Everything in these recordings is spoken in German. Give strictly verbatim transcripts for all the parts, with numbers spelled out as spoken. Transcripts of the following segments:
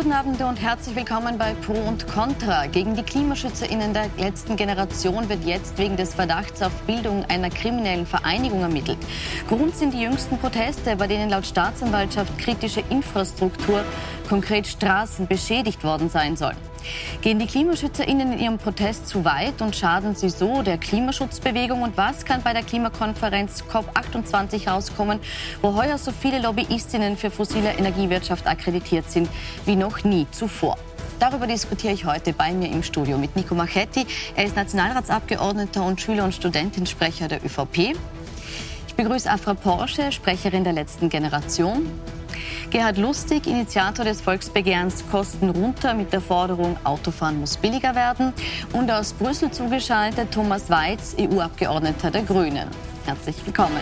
Guten Abend und herzlich willkommen bei Pro und Contra. Gegen die KlimaschützerInnen der letzten Generation wird jetzt wegen des Verdachts auf Bildung einer kriminellen Vereinigung ermittelt. Grund sind die jüngsten Proteste, bei denen laut Staatsanwaltschaft kritische Infrastruktur, konkret Straßen, beschädigt worden sein soll. Gehen die KlimaschützerInnen in ihrem Protest zu weit und schaden sie so der Klimaschutzbewegung? Und was kann bei der Klimakonferenz C O P achtundzwanzig rauskommen, wo heuer so viele LobbyistInnen für fossile Energiewirtschaft akkreditiert sind wie noch nie zuvor? Darüber diskutiere ich heute bei mir im Studio mit Nico Marchetti. Er ist Nationalratsabgeordneter und Schüler- und Studentensprecher der ÖVP. Ich begrüße Afra Porsche, Sprecherin der letzten Generation. Gerhard Lustig, Initiator des Volksbegehrens Kosten runter mit der Forderung, Autofahren muss billiger werden. Und aus Brüssel zugeschaltet Thomas Weiz, E U-Abgeordneter der Grünen. Herzlich willkommen.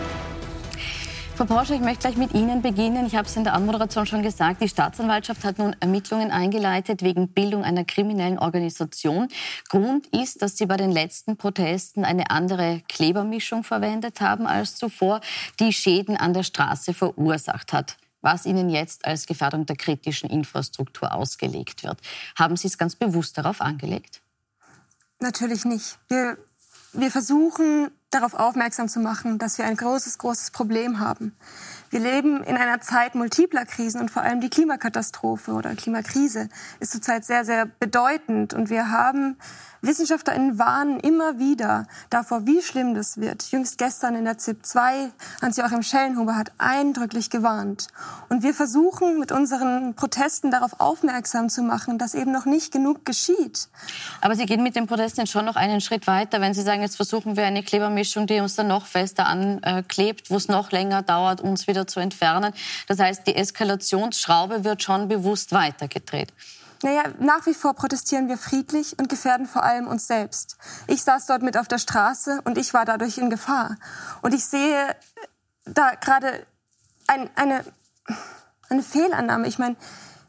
Frau Porsche, ich möchte gleich mit Ihnen beginnen. Ich habe es in der Anmoderation schon gesagt, die Staatsanwaltschaft hat nun Ermittlungen eingeleitet wegen Bildung einer kriminellen Organisation. Grund ist, dass Sie bei den letzten Protesten eine andere Klebermischung verwendet haben als zuvor, die Schäden an der Straße verursacht hat, was Ihnen jetzt als Gefährdung der kritischen Infrastruktur ausgelegt wird. Haben Sie es ganz bewusst darauf angelegt? Natürlich nicht. Wir, wir versuchen, darauf aufmerksam zu machen, dass wir ein großes, großes Problem haben. Wir leben in einer Zeit multipler Krisen und vor allem die Klimakatastrophe oder Klimakrise ist zurzeit sehr, sehr bedeutend. Und wir haben, WissenschaftlerInnen warnen immer wieder davor, wie schlimm das wird. Jüngst gestern in der Z I P zwei, Hans-Joachim Schellenhuber hat eindrücklich gewarnt. Und wir versuchen mit unseren Protesten darauf aufmerksam zu machen, dass eben noch nicht genug geschieht. Aber Sie gehen mit den Protesten schon noch einen Schritt weiter, wenn Sie sagen, jetzt versuchen wir eine Klebermischung, die uns dann noch fester anklebt, wo es noch länger dauert, uns wieder zu entfernen. Das heißt, die Eskalationsschraube wird schon bewusst weitergedreht. Naja, nach wie vor protestieren wir friedlich und gefährden vor allem uns selbst. Ich saß dort mit auf der Straße und ich war dadurch in Gefahr. Und ich sehe da gerade ein, eine, eine Fehlannahme. Ich meine,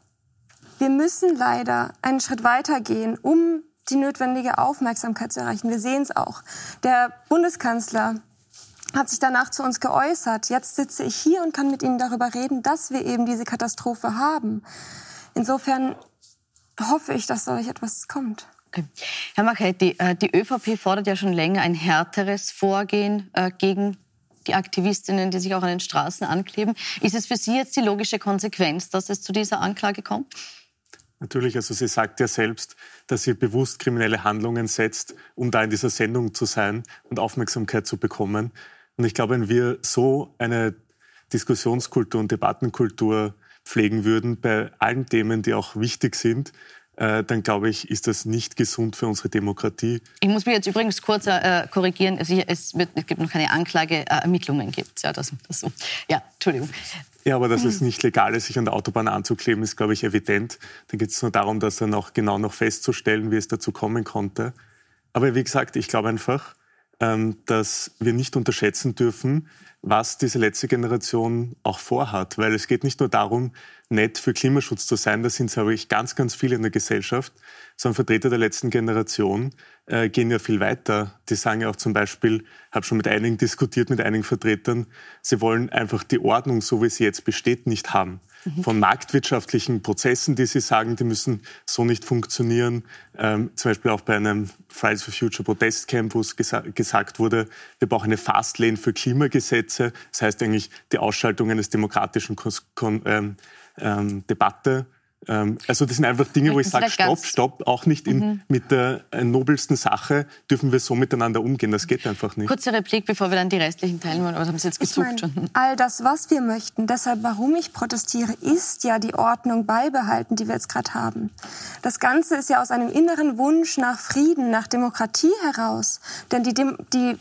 wir müssen leider einen Schritt weiter gehen, um die notwendige Aufmerksamkeit zu erreichen. Wir sehen es auch. Der Bundeskanzler hat sich danach zu uns geäußert. Jetzt sitze ich hier und kann mit Ihnen darüber reden, dass wir eben diese Katastrophe haben. Insofern hoffe ich, dass solch etwas kommt. Okay. Herr Marchetti, die ÖVP fordert ja schon länger ein härteres Vorgehen gegen die Aktivistinnen, die sich auch an den Straßen ankleben. Ist es für Sie jetzt die logische Konsequenz, dass es zu dieser Anklage kommt? Natürlich, also sie sagt ja selbst, dass sie bewusst kriminelle Handlungen setzt, um da in dieser Sendung zu sein und Aufmerksamkeit zu bekommen. Und ich glaube, wenn wir so eine Diskussionskultur und Debattenkultur pflegen würden bei allen Themen, die auch wichtig sind, äh, dann glaube ich, ist das nicht gesund für unsere Demokratie. Ich muss mich jetzt übrigens kurz äh, korrigieren. Also es, wird, es gibt noch keine Anklage, äh, Ermittlungen gibt es. Ja, das, das so. Ja, Entschuldigung. Ja, aber dass es nicht legal ist, sich an der Autobahn anzukleben, ist, glaube ich, evident. Dann geht es nur darum, das dann auch genau noch festzustellen, wie es dazu kommen konnte. Aber wie gesagt, ich glaube einfach, ähm, dass wir nicht unterschätzen dürfen, was diese letzte Generation auch vorhat. Weil es geht nicht nur darum, nett für Klimaschutz zu sein, da sind es, glaube ich, ganz, ganz viele in der Gesellschaft, sondern Vertreter der letzten Generation äh, gehen ja viel weiter. Die sagen ja auch zum Beispiel, habe schon mit einigen diskutiert, mit einigen Vertretern, sie wollen einfach die Ordnung, so wie sie jetzt besteht, nicht haben. Mhm. Von marktwirtschaftlichen Prozessen, die sie sagen, die müssen so nicht funktionieren. Ähm, zum Beispiel auch bei einem Fridays for Future Protestcamp, wo es gesa- gesagt wurde, wir brauchen eine Fastlane für Klimagesetze. Das heißt eigentlich die Ausschaltung eines demokratischen Kon- Kon- ähm, ähm, Debatte. Ähm, also das sind einfach Dinge, wo ich sage, stopp, stopp, auch nicht in, mhm. mit der äh, nobelsten Sache dürfen wir so miteinander umgehen. Das geht einfach nicht. Kurze Replik, bevor wir dann die restlichen Teilnehmer, aber haben Sie jetzt gesucht ich mein, schon? All das, was wir möchten, deshalb, warum ich protestiere, ist ja die Ordnung beibehalten, die wir jetzt gerade haben. Das Ganze ist ja aus einem inneren Wunsch nach Frieden, nach Demokratie heraus. Denn die, die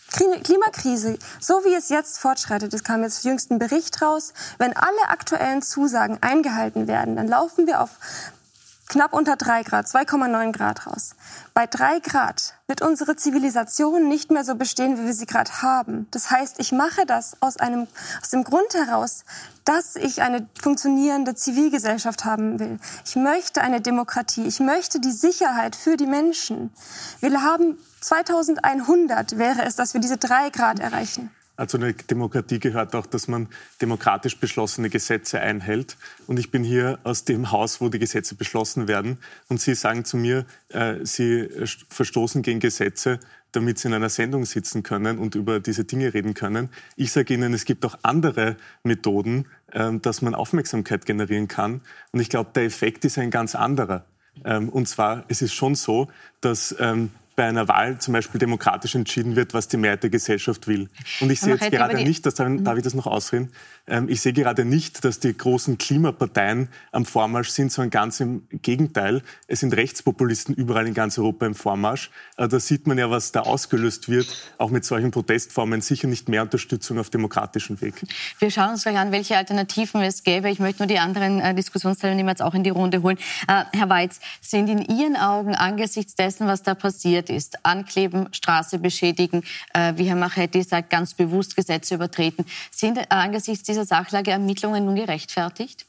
Klimakrise, so wie es jetzt fortschreitet, es kam jetzt jüngst ein Bericht raus, wenn alle aktuellen Zusagen eingehalten werden, dann laufen wir auf knapp unter drei Grad, zwei Komma neun Grad raus. Bei drei Grad wird unsere Zivilisation nicht mehr so bestehen, wie wir sie gerade haben. Das heißt, ich mache das aus einem, aus dem Grund heraus, dass ich eine funktionierende Zivilgesellschaft haben will. Ich möchte eine Demokratie. Ich möchte die Sicherheit für die Menschen. Wir haben zweitausendeinhundert wäre es, dass wir diese drei Grad erreichen. Also eine Demokratie gehört auch, dass man demokratisch beschlossene Gesetze einhält. Und ich bin hier aus dem Haus, wo die Gesetze beschlossen werden. Und Sie sagen zu mir, äh, Sie verstoßen gegen Gesetze, damit Sie in einer Sendung sitzen können und über diese Dinge reden können. Ich sage Ihnen, es gibt auch andere Methoden, äh, dass man Aufmerksamkeit generieren kann. Und ich glaube, der Effekt ist ein ganz anderer. Ähm, und zwar, es ist schon so, dass ähm, bei einer Wahl zum Beispiel demokratisch entschieden wird, was die Mehrheit der Gesellschaft will. Und ich sehe jetzt gerade nicht, dass, darf ich das noch ausreden, ähm, ich sehe gerade nicht, dass die großen Klimaparteien am Vormarsch sind, sondern ganz im Gegenteil. Es sind Rechtspopulisten überall in ganz Europa im Vormarsch. Äh, da sieht man ja, was da ausgelöst wird, auch mit solchen Protestformen, sicher nicht mehr Unterstützung auf demokratischem Weg. Wir schauen uns gleich an, welche Alternativen es gäbe. Ich möchte nur die anderen äh, Diskussionsteilnehmer jetzt auch in die Runde holen. Äh, Herr Weitz, sind in Ihren Augen angesichts dessen, was da passiert ist, ankleben, Straße beschädigen, äh, wie Herr Machetti sagt, ganz bewusst Gesetze übertreten, sind äh, angesichts dieser Sachlage Ermittlungen nun gerechtfertigt?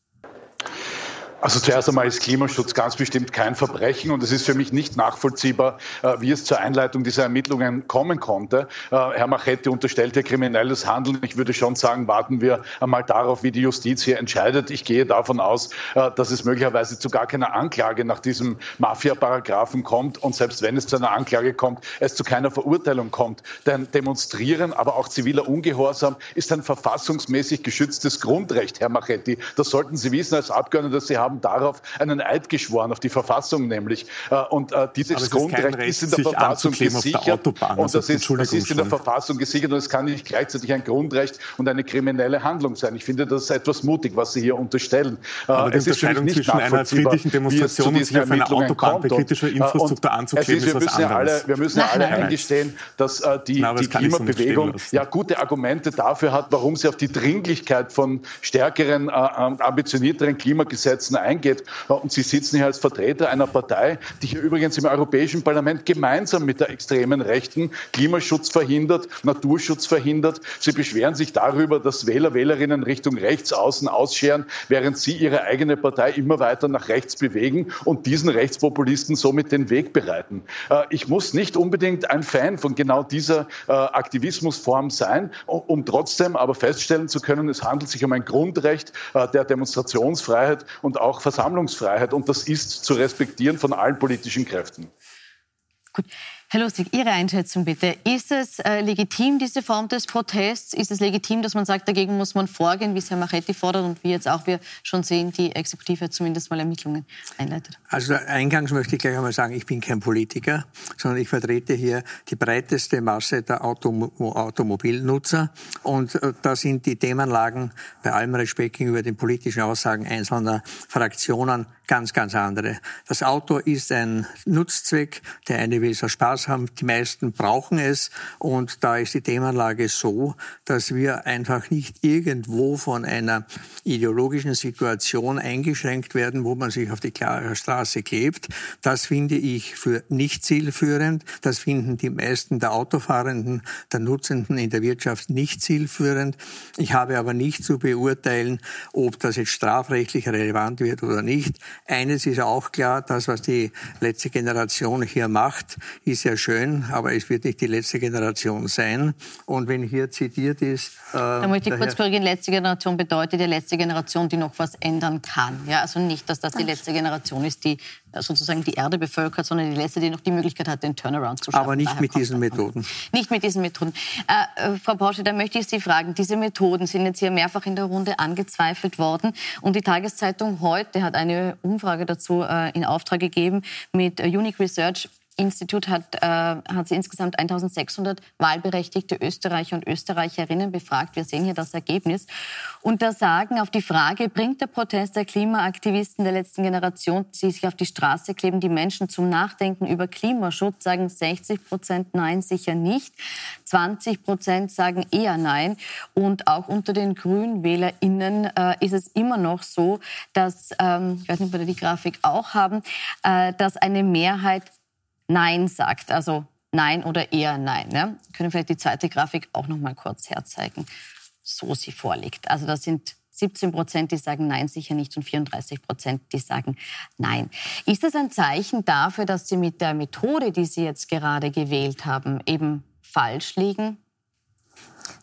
Also zuerst einmal ist Klimaschutz ganz bestimmt kein Verbrechen und es ist für mich nicht nachvollziehbar, wie es zur Einleitung dieser Ermittlungen kommen konnte. Herr Machetti unterstellt hier kriminelles Handeln. Ich würde schon sagen, warten wir einmal darauf, wie die Justiz hier entscheidet. Ich gehe davon aus, dass es möglicherweise zu gar keiner Anklage nach diesem Mafia-Paragraphen kommt und selbst wenn es zu einer Anklage kommt, es zu keiner Verurteilung kommt. Denn Demonstrieren, aber auch ziviler Ungehorsam ist ein verfassungsmäßig geschütztes Grundrecht, Herr Machetti. Das sollten Sie wissen als Abgeordneter, dass Sie haben haben darauf einen Eid geschworen, auf die Verfassung nämlich. Und äh, dieses Grundrecht ist in der Verfassung gesichert. Und das ist, das ist in der Verfassung gesichert und es kann nicht gleichzeitig ein Grundrecht und eine kriminelle Handlung sein. Ich finde, das ist etwas mutig, was Sie hier unterstellen. Aber die es Unterscheidung ist für mich nicht zwischen einer friedlichen Demonstration und sich auf einer Autobahn bei kritischer Infrastruktur anzukleben, ist was anderes. Wir müssen ja alle eingestehen, dass äh, die, Na, die Klimabewegung ja gute Argumente dafür hat, warum sie auf die Dringlichkeit von stärkeren, äh, ambitionierteren Klimagesetzen eingeht. Und Sie sitzen hier als Vertreter einer Partei, die hier übrigens im Europäischen Parlament gemeinsam mit der extremen Rechten Klimaschutz verhindert, Naturschutz verhindert. Sie beschweren sich darüber, dass Wähler, Wählerinnen Richtung rechts außen ausscheren, während Sie Ihre eigene Partei immer weiter nach rechts bewegen und diesen Rechtspopulisten somit den Weg bereiten. Ich muss nicht unbedingt ein Fan von genau dieser Aktivismusform sein, um trotzdem aber feststellen zu können, es handelt sich um ein Grundrecht der Demonstrationsfreiheit und auch Versammlungsfreiheit. Und das ist zu respektieren von allen politischen Kräften. Gut. Herr Lustig, Ihre Einschätzung bitte. Ist es äh, legitim, diese Form des Protests? Ist es legitim, dass man sagt, dagegen muss man vorgehen, wie es Herr Machetti fordert und wie jetzt auch wir schon sehen, die Exekutive zumindest mal Ermittlungen einleitet? Also eingangs möchte ich gleich einmal sagen, ich bin kein Politiker, sondern ich vertrete hier die breiteste Masse der Autom- Automobilnutzer. Und äh, da sind die Themenlagen bei allem Respekt gegenüber den politischen Aussagen einzelner Fraktionen ganz, ganz andere. Das Auto ist ein Nutzzweck, der eine will so Spaß haben, die meisten brauchen es und da ist die Themenlage so, dass wir einfach nicht irgendwo von einer ideologischen Situation eingeschränkt werden, wo man sich auf die Straße klebt. Das finde ich für nicht zielführend. Das finden die meisten der Autofahrenden, der Nutzenden in der Wirtschaft nicht zielführend. Ich habe aber nicht zu beurteilen, ob das jetzt strafrechtlich relevant wird oder nicht. Eines ist auch klar, das, was die letzte Generation hier macht, ist ja schön, aber es wird nicht die letzte Generation sein. Und wenn hier zitiert ist... Äh, da möchte ich kurz korrigieren, letzte Generation bedeutet ja letzte Generation, die noch was ändern kann. Ja, also nicht, dass das die letzte Generation ist, die sozusagen die Erde bevölkert, sondern die letzte, die noch die Möglichkeit hat, den Turnaround zu schaffen. Aber nicht Daher mit diesen Methoden. Nicht mit diesen Methoden. Äh, Frau Porsche, da möchte ich Sie fragen, diese Methoden sind jetzt hier mehrfach in der Runde angezweifelt worden und die Tageszeitung heute hat eine Umfrage dazu äh, in Auftrag gegeben mit äh, Unique Research Institut hat, äh, hat sie insgesamt eintausendsechshundert wahlberechtigte Österreicher und Österreicherinnen befragt. Wir sehen hier das Ergebnis. Und da sagen auf die Frage, bringt der Protest der Klimaaktivisten der letzten Generation, die sich auf die Straße kleben, die Menschen zum Nachdenken über Klimaschutz, sagen sechzig Prozent nein, sicher nicht. zwanzig Prozent sagen eher nein. Und auch unter den GrünwählerInnen äh, ist es immer noch so, dass, ähm, ich weiß nicht, ob wir die Grafik auch haben, äh, dass eine Mehrheit Nein sagt, also Nein oder eher Nein. Ja? Wir können vielleicht die zweite Grafik auch noch mal kurz herzeigen, so sie vorliegt. Also das sind siebzehn Prozent, die sagen Nein, sicher nicht und vierunddreißig Prozent, die sagen Nein. Ist das ein Zeichen dafür, dass Sie mit der Methode, die Sie jetzt gerade gewählt haben, eben falsch liegen?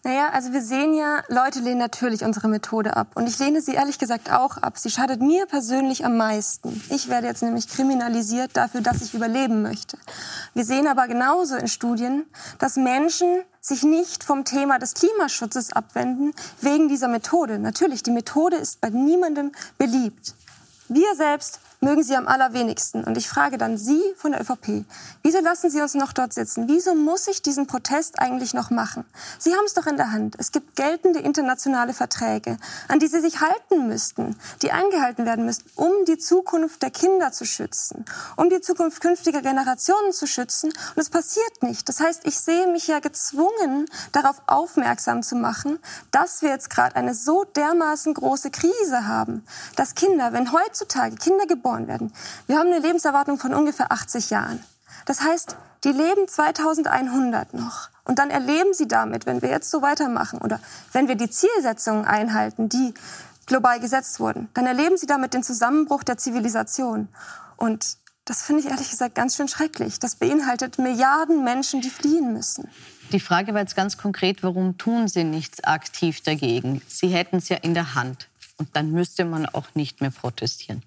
Naja, also wir sehen ja, Leute lehnen natürlich unsere Methode ab. Und ich lehne sie ehrlich gesagt auch ab. Sie schadet mir persönlich am meisten. Ich werde jetzt nämlich kriminalisiert dafür, dass ich überleben möchte. Wir sehen aber genauso in Studien, dass Menschen sich nicht vom Thema des Klimaschutzes abwenden wegen dieser Methode. Natürlich, die Methode ist bei niemandem beliebt. Wir selbst mögen sie am allerwenigsten. Und ich frage dann Sie von der ÖVP, wieso lassen Sie uns noch dort sitzen? Wieso muss ich diesen Protest eigentlich noch machen? Sie haben es doch in der Hand. Es gibt geltende internationale Verträge, an die Sie sich halten müssten, die eingehalten werden müssten, um die Zukunft der Kinder zu schützen, um die Zukunft künftiger Generationen zu schützen. Und es passiert nicht. Das heißt, ich sehe mich ja gezwungen, darauf aufmerksam zu machen, dass wir jetzt gerade eine so dermaßen große Krise haben, dass Kinder, wenn heutzutage Kinder geboren werden. Wir haben eine Lebenserwartung von ungefähr achtzig Jahren. Das heißt, die leben zweitausendeinhundert noch. Und dann erleben sie damit, wenn wir jetzt so weitermachen oder wenn wir die Zielsetzungen einhalten, die global gesetzt wurden, dann erleben sie damit den Zusammenbruch der Zivilisation. Und das finde ich ehrlich gesagt ganz schön schrecklich. Das beinhaltet Milliarden Menschen, die fliehen müssen. Die Frage war jetzt ganz konkret, warum tun Sie nichts aktiv dagegen? Sie hätten es ja in der Hand. Und dann müsste man auch nicht mehr protestieren.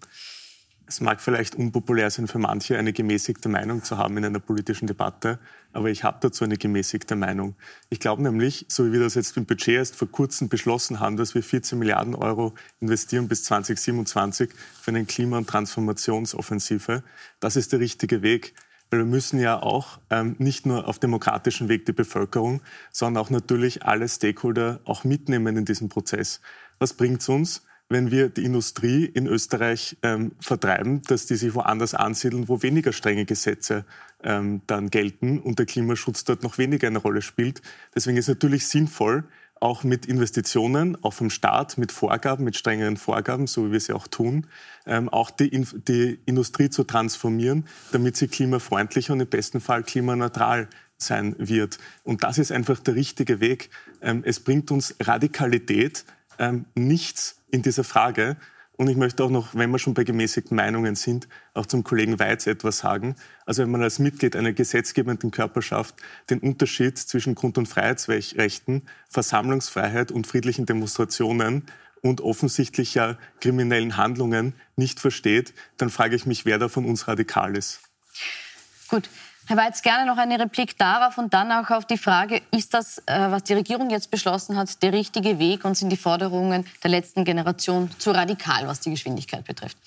Es mag vielleicht unpopulär sein für manche, eine gemäßigte Meinung zu haben in einer politischen Debatte, aber ich habe dazu eine gemäßigte Meinung. Ich glaube nämlich, so wie wir das jetzt im Budget erst vor kurzem beschlossen haben, dass wir vierzehn Milliarden Euro investieren bis zwanzig siebenundzwanzig für eine Klima- und Transformationsoffensive, das ist der richtige Weg. Weil wir müssen ja auch ähm, nicht nur auf demokratischen Weg die Bevölkerung, sondern auch natürlich alle Stakeholder auch mitnehmen in diesem Prozess. Was bringt es uns, wenn wir die Industrie in Österreich ähm, vertreiben, dass die sich woanders ansiedeln, wo weniger strenge Gesetze ähm, dann gelten und der Klimaschutz dort noch weniger eine Rolle spielt. Deswegen ist es natürlich sinnvoll, auch mit Investitionen, auch vom Staat, mit Vorgaben, mit strengeren Vorgaben, so wie wir sie auch tun, ähm, auch die, In- die Industrie zu transformieren, damit sie klimafreundlicher und im besten Fall klimaneutral sein wird. Und das ist einfach der richtige Weg. Ähm, es bringt uns Radikalität, ähm, nichts in dieser Frage. Und ich möchte auch noch, wenn wir schon bei gemäßigten Meinungen sind, auch zum Kollegen Weiz etwas sagen. Also wenn man als Mitglied einer gesetzgebenden Körperschaft den Unterschied zwischen Grund- und Freiheitsrechten, Versammlungsfreiheit und friedlichen Demonstrationen und offensichtlicher kriminellen Handlungen nicht versteht, dann frage ich mich, wer da von uns radikal ist. Gut. Herr Weiz, gerne noch eine Replik darauf und dann auch auf die Frage, ist das, was die Regierung jetzt beschlossen hat, der richtige Weg und sind die Forderungen der letzten Generation zu radikal, was die Geschwindigkeit betrifft?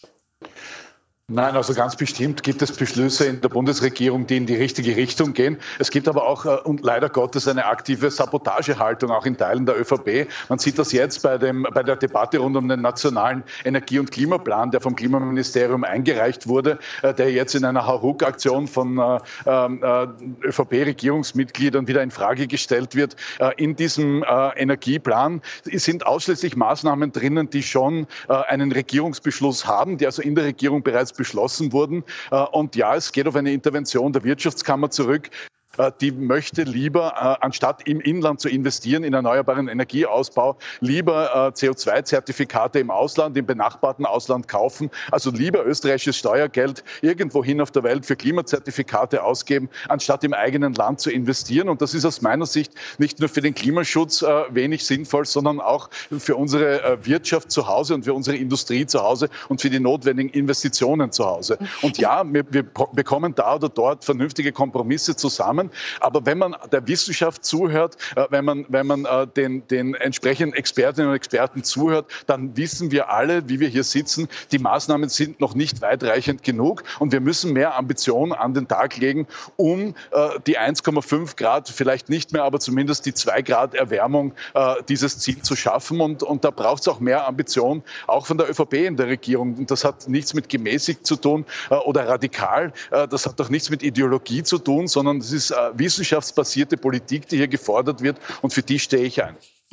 Nein, also ganz bestimmt gibt es Beschlüsse in der Bundesregierung, die in die richtige Richtung gehen. Es gibt aber auch, und leider Gottes, eine aktive Sabotagehaltung auch in Teilen der ÖVP. Man sieht das jetzt bei, dem, bei der Debatte rund um den nationalen Energie- und Klimaplan, der vom Klimaministerium eingereicht wurde, der jetzt in einer Hauruck-Aktion von äh, äh, ÖVP-Regierungsmitgliedern wieder in Frage gestellt wird. Äh, in diesem äh, Energieplan sind ausschließlich Maßnahmen drinnen, die schon äh, einen Regierungsbeschluss haben, die also in der Regierung bereits beschlossen wurden. Und ja, es geht auf eine Intervention der Wirtschaftskammer zurück. Die möchte lieber, anstatt im Inland zu investieren, in erneuerbaren Energieausbau, lieber C O zwei Zertifikate im Ausland, im benachbarten Ausland kaufen. Also lieber österreichisches Steuergeld irgendwohin auf der Welt für Klimazertifikate ausgeben, anstatt im eigenen Land zu investieren. Und das ist aus meiner Sicht nicht nur für den Klimaschutz wenig sinnvoll, sondern auch für unsere Wirtschaft zu Hause und für unsere Industrie zu Hause und für die notwendigen Investitionen zu Hause. Und ja, wir, wir bekommen da oder dort vernünftige Kompromisse zusammen. Aber wenn man der Wissenschaft zuhört, wenn man, wenn man den, den entsprechenden Expertinnen und Experten zuhört, dann wissen wir alle, wie wir hier sitzen, die Maßnahmen sind noch nicht weitreichend genug und wir müssen mehr Ambition an den Tag legen, um die eins Komma fünf Grad, vielleicht nicht mehr, aber zumindest die zwei Grad Erwärmung, dieses Ziel zu schaffen. Und, und da braucht es auch mehr Ambition, auch von der ÖVP in der Regierung. Und das hat nichts mit gemäßigt zu tun oder radikal. Das hat auch nichts mit Ideologie zu tun, sondern das ist wissenschaftsbasierte Politik, die hier gefordert wird, und für die stehe ich ein.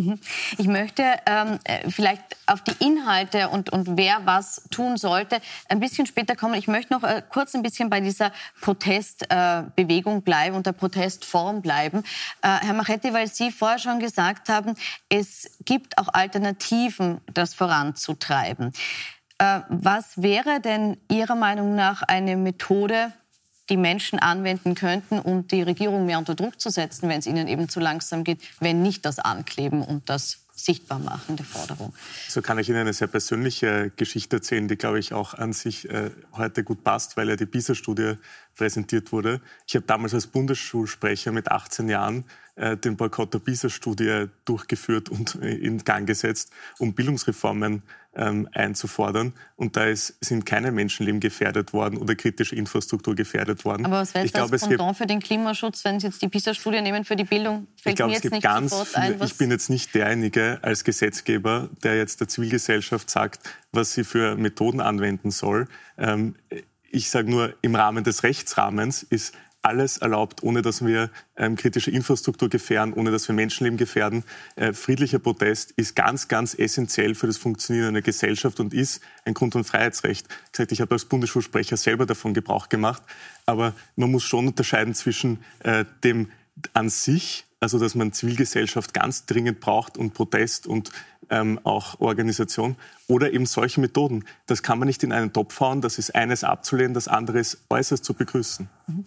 Ich möchte ähm, vielleicht auf die Inhalte und, und wer was tun sollte ein bisschen später kommen. Ich möchte noch äh, kurz ein bisschen bei dieser Protestbewegung äh, bleiben und der Protestform bleiben. Äh, Herr Machetti, weil Sie vorher schon gesagt haben, es gibt auch Alternativen, das voranzutreiben. Äh, was wäre denn Ihrer Meinung nach eine Methode, die Menschen anwenden könnten, um die Regierung mehr unter Druck zu setzen, wenn es ihnen eben zu langsam geht, wenn nicht das Ankleben und das Sichtbarmachen der Forderung. So kann ich Ihnen eine sehr persönliche Geschichte erzählen, die, glaube ich, auch an sich äh, heute gut passt, weil ja die PISA-Studie präsentiert wurde. Ich habe damals als Bundesschulsprecher mit achtzehn Jahren äh, den Boykott der PISA-Studie durchgeführt und äh, in Gang gesetzt, um Bildungsreformen ähm, einzufordern. Und da ist, sind keine Menschenleben gefährdet worden oder kritische Infrastruktur gefährdet worden. Aber was wäre jetzt das Pendant für den Klimaschutz, wenn Sie jetzt die PISA-Studie nehmen für die Bildung? Fällt ich glaube, mir es jetzt gibt nicht ganz sofort ein, viele, ich bin jetzt nicht derjenige als Gesetzgeber, der jetzt der Zivilgesellschaft sagt, was sie für Methoden anwenden soll. Ähm, ich sage nur, im Rahmen des Rechtsrahmens ist alles erlaubt, ohne dass wir ähm, kritische Infrastruktur gefährden, ohne dass wir Menschenleben gefährden. Äh, friedlicher Protest ist ganz, ganz essentiell für das Funktionieren einer Gesellschaft und ist ein Grund- und Freiheitsrecht. Ich, gesagt, ich habe als Bundesschulsprecher selber davon Gebrauch gemacht, aber man muss schon unterscheiden zwischen äh, dem an sich, also dass man Zivilgesellschaft ganz dringend braucht und Protest und ähm, auch Organisation oder eben solche Methoden. Das kann man nicht in einen Topf hauen, das ist eines abzulehnen, das andere ist äußerst zu begrüßen. Mhm.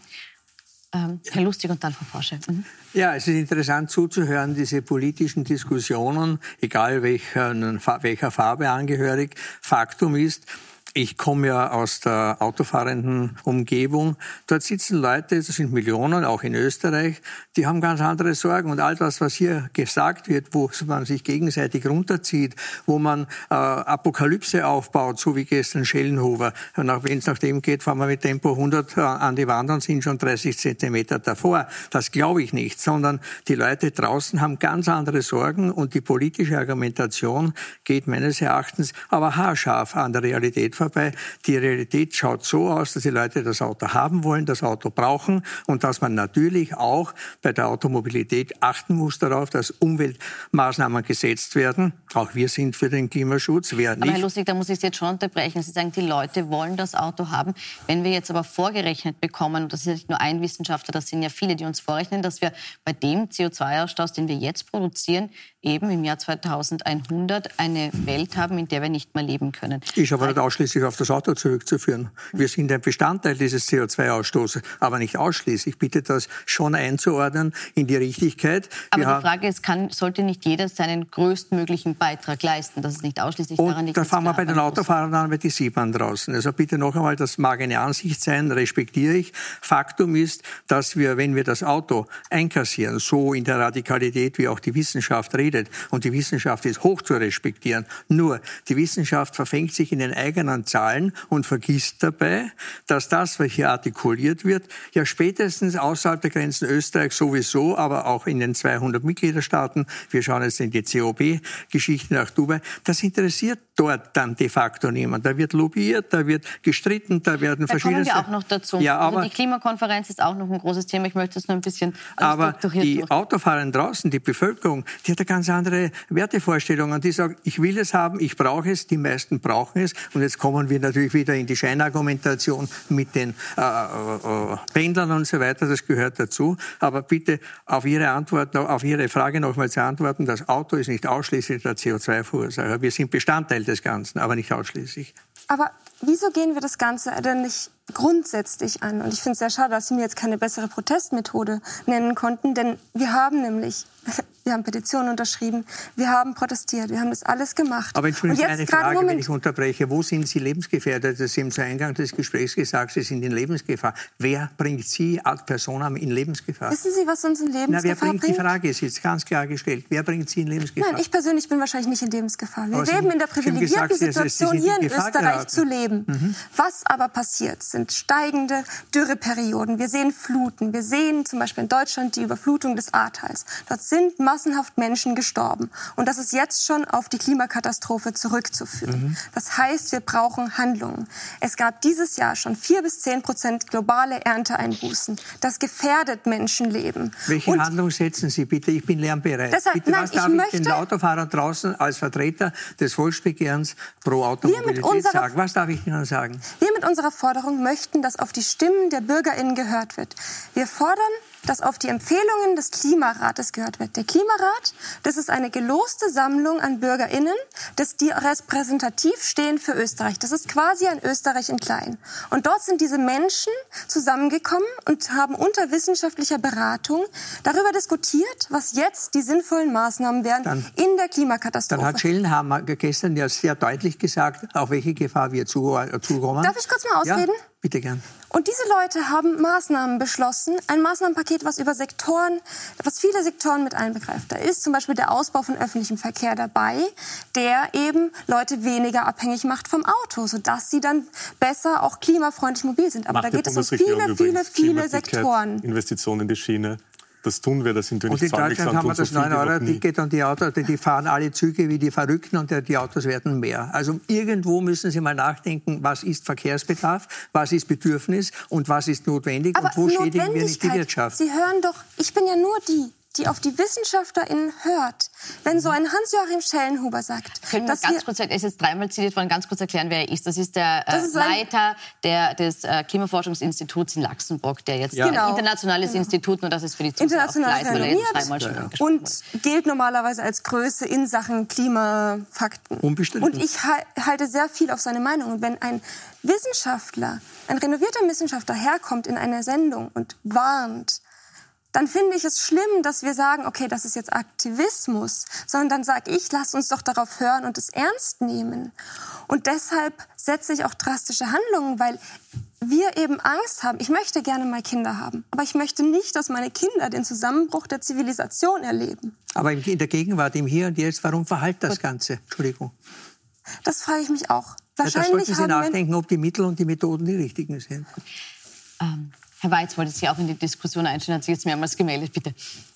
Ähm, Herr Lustig und dann Frau Porsche. Mhm. Ja, es ist interessant zuzuhören, diese politischen Diskussionen, egal welcher, welcher Farbe angehörig. Faktum ist, ich komme ja aus der autofahrenden Umgebung. Dort sitzen Leute, das sind Millionen, auch in Österreich, die haben ganz andere Sorgen. Und all das, was hier gesagt wird, wo man sich gegenseitig runterzieht, wo man äh, Apokalypse aufbaut, so wie gestern Schellenhofer. Wenn es nach dem geht, fahren wir mit Tempo hundert an die Wand und sind schon dreißig Zentimeter davor. Das glaube ich nicht, sondern die Leute draußen haben ganz andere Sorgen und die politische Argumentation geht meines Erachtens aber haarscharf an der Realität vorbei. Die Realität schaut so aus, dass die Leute das Auto haben wollen, das Auto brauchen und dass man natürlich auch bei der Automobilität achten muss darauf, dass Umweltmaßnahmen gesetzt werden. Auch wir sind für den Klimaschutz. Wer nicht. Aber Herr Lustig, da muss ich Sie jetzt schon unterbrechen. Sie sagen, die Leute wollen das Auto haben. Wenn wir jetzt aber vorgerechnet bekommen, und das ist ja nicht nur ein Wissenschaftler, das sind ja viele, die uns vorrechnen, dass wir bei dem C O zwei Ausstoß, den wir jetzt produzieren, eben im Jahr zweitausendeinhundert eine Welt haben, in der wir nicht mehr leben können. Ist aber nicht ausschließlich auf das Auto zurückzuführen. Wir sind ein Bestandteil dieses C O zwei Ausstoßes, aber nicht ausschließlich. Ich bitte das schon einzuordnen in die Richtigkeit. Aber wir die Frage ist, kann, sollte nicht jeder seinen größtmöglichen Beitrag leisten, dass es nicht ausschließlich und daran liegt, da fangen wir bei den Autofahrern an, weil die sieht man draußen. Also bitte noch einmal, das mag eine Ansicht sein, respektiere ich. Faktum ist, dass wir, wenn wir das Auto einkassieren, so in der Radikalität, wie auch die Wissenschaft redet, und die Wissenschaft ist hoch zu respektieren, nur die Wissenschaft verfängt sich in den eigenen Zahlen und vergisst dabei, dass das, was hier artikuliert wird, ja spätestens außerhalb der Grenzen Österreichs sowieso, aber auch in den zweihundert Mitgliederstaaten, wir schauen jetzt in die C O B-Geschichte nach Dubai, das interessiert dort dann de facto niemand. Da wird lobbyiert, da wird gestritten, da werden da verschiedene... Da kommen wir auch noch dazu. Ja, aber also die Klimakonferenz ist auch noch ein großes Thema. Ich möchte es nur ein bisschen aber die durch. Autofahrer draußen, die Bevölkerung, die hat eine ganz andere Wertevorstellungen. Die sagen, ich will es haben, ich brauche es, die meisten brauchen es. Und jetzt kommen wir natürlich wieder in die Scheinargumentation mit den äh, äh, Pendlern und so weiter. Das gehört dazu. Aber bitte auf Ihre Antwort, auf Ihre Frage nochmal zu antworten. Das Auto ist nicht ausschließlich der C O zwei Verursacher. Wir sind Bestandteil des Ganzen, aber nicht ausschließlich. Aber wieso gehen wir das Ganze denn nicht grundsätzlich an? Und ich finde es sehr schade, dass Sie mir jetzt keine bessere Protestmethode nennen konnten, denn wir haben nämlich, wir haben Petitionen unterschrieben, wir haben protestiert, wir haben das alles gemacht. Aber entschuldigen Sie, eine Frage, Moment, wenn ich unterbreche. Wo sind Sie lebensgefährdet? Sie haben zu Eingang des Gesprächs gesagt, Sie sind in Lebensgefahr. Wer bringt Sie ad personam in Lebensgefahr? Wissen Sie, was uns in Lebensgefahr Na, wer bringt? bringt? Die Frage ist jetzt ganz klar gestellt. Wer bringt Sie in Lebensgefahr? Nein, ich persönlich bin wahrscheinlich nicht in Lebensgefahr. Wir aber leben Sie, in der privilegierten gesagt, Situation, Sie, Sie hier in Gefahr Österreich geraten. zu leben. Mhm. Was aber passiert, sind steigende Dürreperioden. Wir sehen Fluten. Wir sehen zum Beispiel in Deutschland die Überflutung des Ahrtals. Dort sind massenhaft Menschen gestorben. Und das ist jetzt schon auf die Klimakatastrophe zurückzuführen. Mhm. Das heißt, wir brauchen Handlungen. Es gab dieses Jahr schon vier bis zehn Prozent globale Ernteeinbußen. Das gefährdet Menschenleben. Welche Und Handlung setzen Sie bitte? Ich bin lernbereit. Deshalb, bitte, nein, was darf ich ich möchte, den Autofahrern draußen als Vertreter des Volksbegehrens pro Automobilität unserer, sagen? Was darf ich Ihnen sagen? Wir mit unserer Forderung möchten, dass auf die Stimmen der BürgerInnen gehört wird. Wir fordern dass auf die Empfehlungen des Klimarates gehört wird. Der Klimarat, das ist eine geloste Sammlung an BürgerInnen, das die repräsentativ stehen für Österreich. Das ist quasi ein Österreich in klein. Und dort sind diese Menschen zusammengekommen und haben unter wissenschaftlicher Beratung darüber diskutiert, was jetzt die sinnvollen Maßnahmen wären dann, in der Klimakatastrophe. Dann hat Schellenhammer gestern ja sehr deutlich gesagt, auf welche Gefahr wir zukommen. Darf ich kurz mal ausreden? Ja, bitte gern. Und diese Leute haben Maßnahmen beschlossen, ein Maßnahmenpaket, was über Sektoren, was viele Sektoren mit einbegreift. Da ist zum Beispiel der Ausbau von öffentlichem Verkehr dabei, der eben Leute weniger abhängig macht vom Auto, sodass sie dann besser auch klimafreundlich mobil sind. Aber Macht da geht es um viele, viele, viele Sektoren. Investitionen in die Schiene. Das tun wir, das sind wir nicht Und in Deutschland haben wir das neun Euro Ticket und die Autos, die fahren alle Züge wie die Verrückten und die Autos werden mehr. Also irgendwo müssen Sie mal nachdenken, was ist Verkehrsbedarf, was ist Bedürfnis und was ist notwendig Aber und wo schädigen wir nicht die Wirtschaft. Sie hören doch, ich bin ja nur die, die auf die WissenschaftlerInnen hört. Wenn so ein Hans-Joachim Schellenhuber sagt... Können wir dass ganz wir kurz, er ist jetzt dreimal zitiert worden, ganz kurz erklären, wer er ist. Das ist der äh, ist Leiter der, des äh, Klimaforschungsinstituts in Luxemburg, der jetzt ja. ein genau. internationales genau. Institut, nur das ist für die Zuschauer international renommiert ja, ja. und gilt normalerweise als Größe in Sachen Klimafakten. Unbestritten. Und ich halte sehr viel auf seine Meinung. Und wenn ein Wissenschaftler, ein renovierter Wissenschaftler herkommt in eine Sendung und warnt, dann finde ich es schlimm, dass wir sagen, okay, das ist jetzt Aktivismus, sondern dann sage ich, lasst uns doch darauf hören und es ernst nehmen. Und deshalb setze ich auch drastische Handlungen, weil wir eben Angst haben. Ich möchte gerne mal Kinder haben, aber ich möchte nicht, dass meine Kinder den Zusammenbruch der Zivilisation erleben. Aber in der Gegenwart, im Hier und Jetzt, warum verhallt das Ganze? Entschuldigung. Das frage ich mich auch. Wahrscheinlich ja, da sollten Sie nachdenken, ob die Mittel und die Methoden die richtigen sind. Ähm. Herr Weitz, wollte Sie auch in die Diskussion einstellen, hat sich jetzt mehrmals gemeldet, bitte.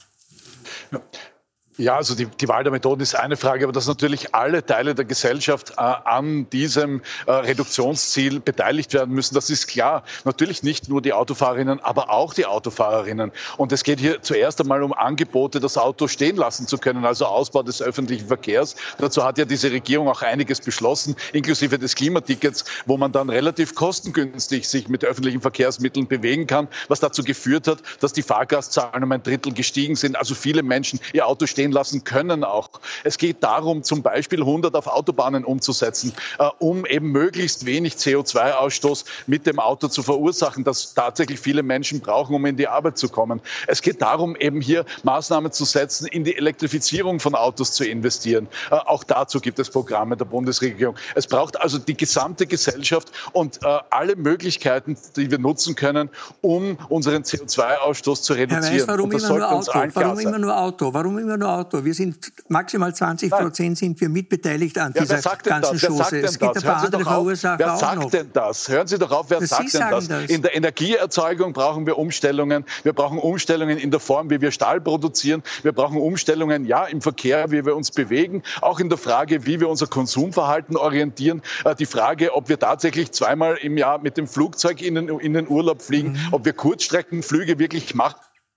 Ja. Ja, also die, die Wahl der Methoden ist eine Frage, aber dass natürlich alle Teile der Gesellschaft äh, an diesem äh, Reduktionsziel beteiligt werden müssen, das ist klar. Natürlich nicht nur die Autofahrerinnen, aber auch die Autofahrerinnen. Und es geht hier zuerst einmal um Angebote, das Auto stehen lassen zu können, also Ausbau des öffentlichen Verkehrs. Dazu hat ja diese Regierung auch einiges beschlossen, inklusive des Klimatickets, wo man dann relativ kostengünstig sich mit öffentlichen Verkehrsmitteln bewegen kann, was dazu geführt hat, dass die Fahrgastzahlen um ein Drittel gestiegen sind. Also viele Menschen ihr Auto stehen lassen können auch. Es geht darum, zum Beispiel hundert auf Autobahnen umzusetzen, äh, um eben möglichst wenig C O zwei Ausstoß mit dem Auto zu verursachen, das tatsächlich viele Menschen brauchen, um in die Arbeit zu kommen. Es geht darum, eben hier Maßnahmen zu setzen, in die Elektrifizierung von Autos zu investieren. Äh, auch dazu gibt es Programme der Bundesregierung. Es braucht also die gesamte Gesellschaft und äh, alle Möglichkeiten, die wir nutzen können, um unseren C O zwei Ausstoß zu reduzieren. Herr Weiß, warum immer nur Auto? Warum immer nur Auto? Warum immer nur Auto? Wir sind maximal zwanzig Prozent sind wir mitbeteiligt an ja, dieser ganzen Chose. Es gibt ein paar andere Verursacher wer auch sagt noch. denn das? Hören Sie doch auf, wer das sagt Sie denn das? das? In der Energieerzeugung brauchen wir Umstellungen. Wir brauchen Umstellungen in der Form, wie wir Stahl produzieren. Wir brauchen Umstellungen, ja, im Verkehr, wie wir uns bewegen. Auch in der Frage, wie wir unser Konsumverhalten orientieren. Äh, die Frage, ob wir tatsächlich zweimal im Jahr mit dem Flugzeug in den, in den Urlaub fliegen, mhm. ob wir Kurzstreckenflüge wirklich machen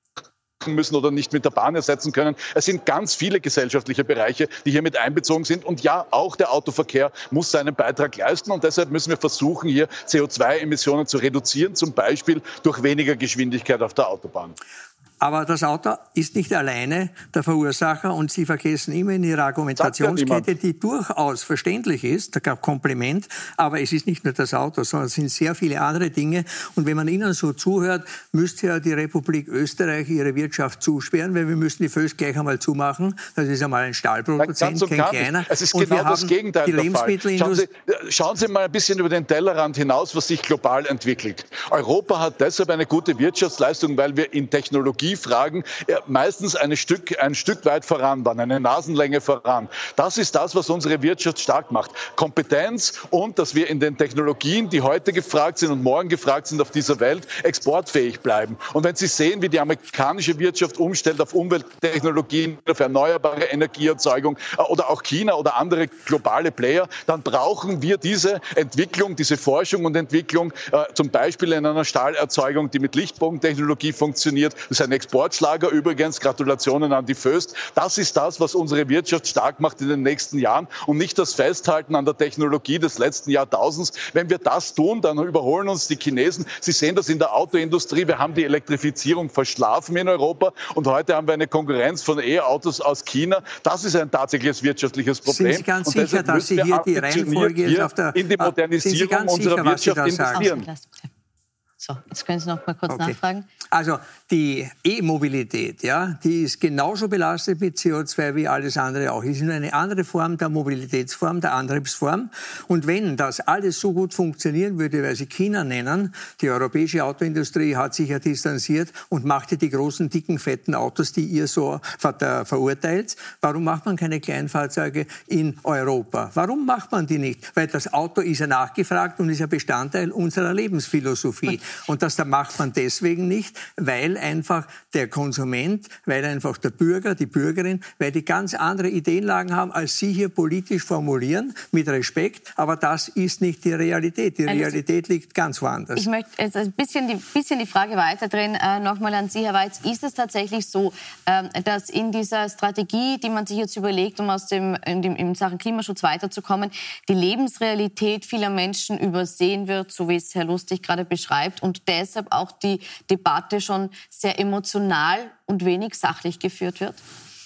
müssen oder nicht mit der Bahn ersetzen können. Es sind ganz viele gesellschaftliche Bereiche, die hier mit einbezogen sind. Und ja, auch der Autoverkehr muss seinen Beitrag leisten. Und deshalb müssen wir versuchen, hier C O zwei Emissionen zu reduzieren, zum Beispiel durch weniger Geschwindigkeit auf der Autobahn. Aber das Auto ist nicht alleine der Verursacher und Sie vergessen immer in Ihrer Argumentationskette, die durchaus verständlich ist, da Kompliment, aber es ist nicht nur das Auto, sondern es sind sehr viele andere Dinge. Und wenn man Ihnen so zuhört, müsste ja die Republik Österreich ihre Wirtschaft zusperren, weil wir müssen die Föst gleich einmal zumachen. Das ist einmal ein Stahlproduzent, Nein, kein kleiner. Es ist und genau wir das haben Gegenteil die der Lebensmittelindustrie. Fall. Schauen Sie, schauen Sie mal ein bisschen über den Tellerrand hinaus, was sich global entwickelt. Europa hat deshalb eine gute Wirtschaftsleistung, weil wir in Technologie Fragen meistens ein Stück, ein Stück weit voran waren, eine Nasenlänge voran. Das ist das, was unsere Wirtschaft stark macht. Kompetenz und, dass wir in den Technologien, die heute gefragt sind und morgen gefragt sind auf dieser Welt, exportfähig bleiben. Und wenn Sie sehen, wie die amerikanische Wirtschaft umstellt auf Umwelttechnologien, auf erneuerbare Energieerzeugung oder auch China oder andere globale Player, dann brauchen wir diese Entwicklung, diese Forschung und Entwicklung, äh, zum Beispiel in einer Stahlerzeugung, die mit Lichtbogentechnologie funktioniert. Das ist eine Exportschlager übrigens. Gratulationen an die Föst. Das ist das, was unsere Wirtschaft stark macht in den nächsten Jahren und nicht das Festhalten an der Technologie des letzten Jahrtausends. Wenn wir das tun, dann überholen uns die Chinesen. Sie sehen das in der Autoindustrie. Wir haben die Elektrifizierung verschlafen in Europa und heute haben wir eine Konkurrenz von E-Autos aus China. Das ist ein tatsächliches wirtschaftliches Problem. Sind Sie ganz sicher, dass Sie hier die Reihenfolge ist auf der... in die Modernisierung unserer sicher, Wirtschaft investieren? So, jetzt können Sie noch mal kurz okay. nachfragen. Also die E-Mobilität, ja, die ist genauso belastet mit C O zwei wie alles andere auch. Es ist nur eine andere Form der Mobilitätsform, der Antriebsform. Und wenn das alles so gut funktionieren würde, weil Sie China nennen, die europäische Autoindustrie hat sich ja distanziert und machte die großen, dicken, fetten Autos, die ihr so ver- verurteilt. Warum macht man keine Kleinfahrzeuge in Europa? Warum macht man die nicht? Weil das Auto ist ja nachgefragt und ist ja Bestandteil unserer Lebensphilosophie. Und das da macht man deswegen nicht, weil einfach der Konsument, weil einfach der Bürger, die Bürgerin, weil die ganz andere Ideenlagen haben, als Sie hier politisch formulieren, mit Respekt. Aber das ist nicht die Realität. Die Realität liegt ganz woanders. Ich möchte jetzt ein bisschen die, bisschen die Frage weiterdrehen. Äh, Nochmal an Sie, Herr Weitz. Ist es tatsächlich so, äh, dass in dieser Strategie, die man sich jetzt überlegt, um aus dem, in, dem, in Sachen Klimaschutz weiterzukommen, die Lebensrealität vieler Menschen übersehen wird, so wie es Herr Lustig gerade beschreibt, und deshalb auch die Debatte schon sehr emotional und wenig sachlich geführt wird?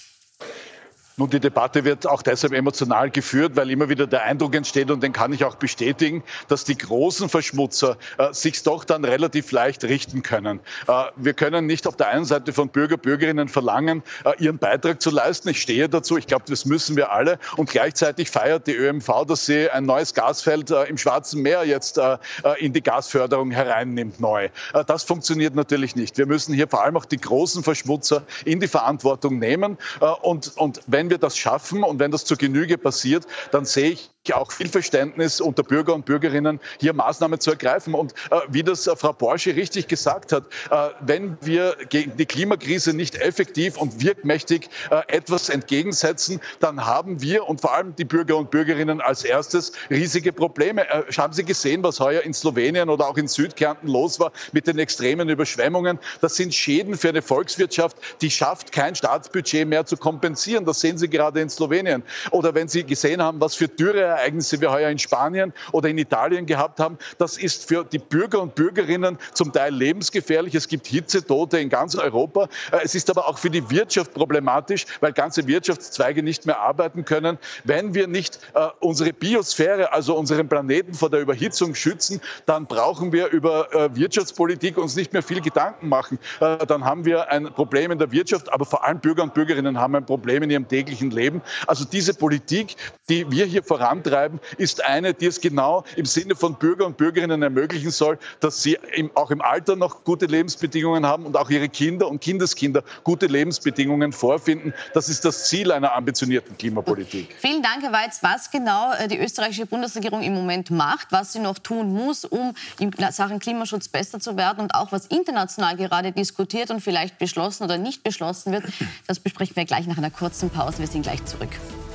Nun, die Debatte wird auch deshalb emotional geführt, weil immer wieder der Eindruck entsteht, und den kann ich auch bestätigen, dass die großen Verschmutzer äh, sich doch dann relativ leicht richten können. Äh, wir können nicht auf der einen Seite von Bürger, Bürgerinnen verlangen, äh, ihren Beitrag zu leisten. Ich stehe dazu. Ich glaube, das müssen wir alle. Und gleichzeitig feiert die ÖMV, dass sie ein neues Gasfeld äh, im Schwarzen Meer jetzt äh, in die Gasförderung hereinnimmt, neu. Äh, das funktioniert natürlich nicht. Wir müssen hier vor allem auch die großen Verschmutzer in die Verantwortung nehmen. Äh, und, und wenn Wenn wir das schaffen und wenn das zur Genüge passiert, dann sehe ich auch viel Verständnis unter Bürger und Bürgerinnen, hier Maßnahmen zu ergreifen. Und äh, wie das äh, Frau Porsche richtig gesagt hat, äh, wenn wir gegen die Klimakrise nicht effektiv und wirkmächtig äh, etwas entgegensetzen, dann haben wir und vor allem die Bürger und Bürgerinnen als erstes riesige Probleme. Äh, haben Sie gesehen, was heuer in Slowenien oder auch in Südkärnten los war mit den extremen Überschwemmungen? Das sind Schäden für eine Volkswirtschaft, die schafft, kein Staatsbudget mehr zu kompensieren. Das sehen Sie gerade in Slowenien. Oder wenn Sie gesehen haben, was für Dürreereignisse wir heuer in Spanien oder in Italien gehabt haben, das ist für die Bürger und Bürgerinnen zum Teil lebensgefährlich. Es gibt Hitzetote in ganz Europa. Es ist aber auch für die Wirtschaft problematisch, weil ganze Wirtschaftszweige nicht mehr arbeiten können. Wenn wir nicht äh, unsere Biosphäre, also unseren Planeten vor der Überhitzung schützen, dann brauchen wir über äh, Wirtschaftspolitik uns nicht mehr viel Gedanken machen. Äh, dann haben wir ein Problem in der Wirtschaft, aber vor allem Bürger und Bürgerinnen haben ein Problem in ihrem täglichen Leben. Also diese Politik, die wir hier vorantreiben, ist eine, die es genau im Sinne von Bürger und Bürgerinnen ermöglichen soll, dass sie im, auch im Alter noch gute Lebensbedingungen haben und auch ihre Kinder und Kindeskinder gute Lebensbedingungen vorfinden. Das ist das Ziel einer ambitionierten Klimapolitik. Vielen Dank, Herr Weitz. Was genau die österreichische Bundesregierung im Moment macht, was sie noch tun muss, um in Sachen Klimaschutz besser zu werden und auch was international gerade diskutiert und vielleicht beschlossen oder nicht beschlossen wird, das besprechen wir gleich nach einer kurzen Pause. Wir sind gleich zurück.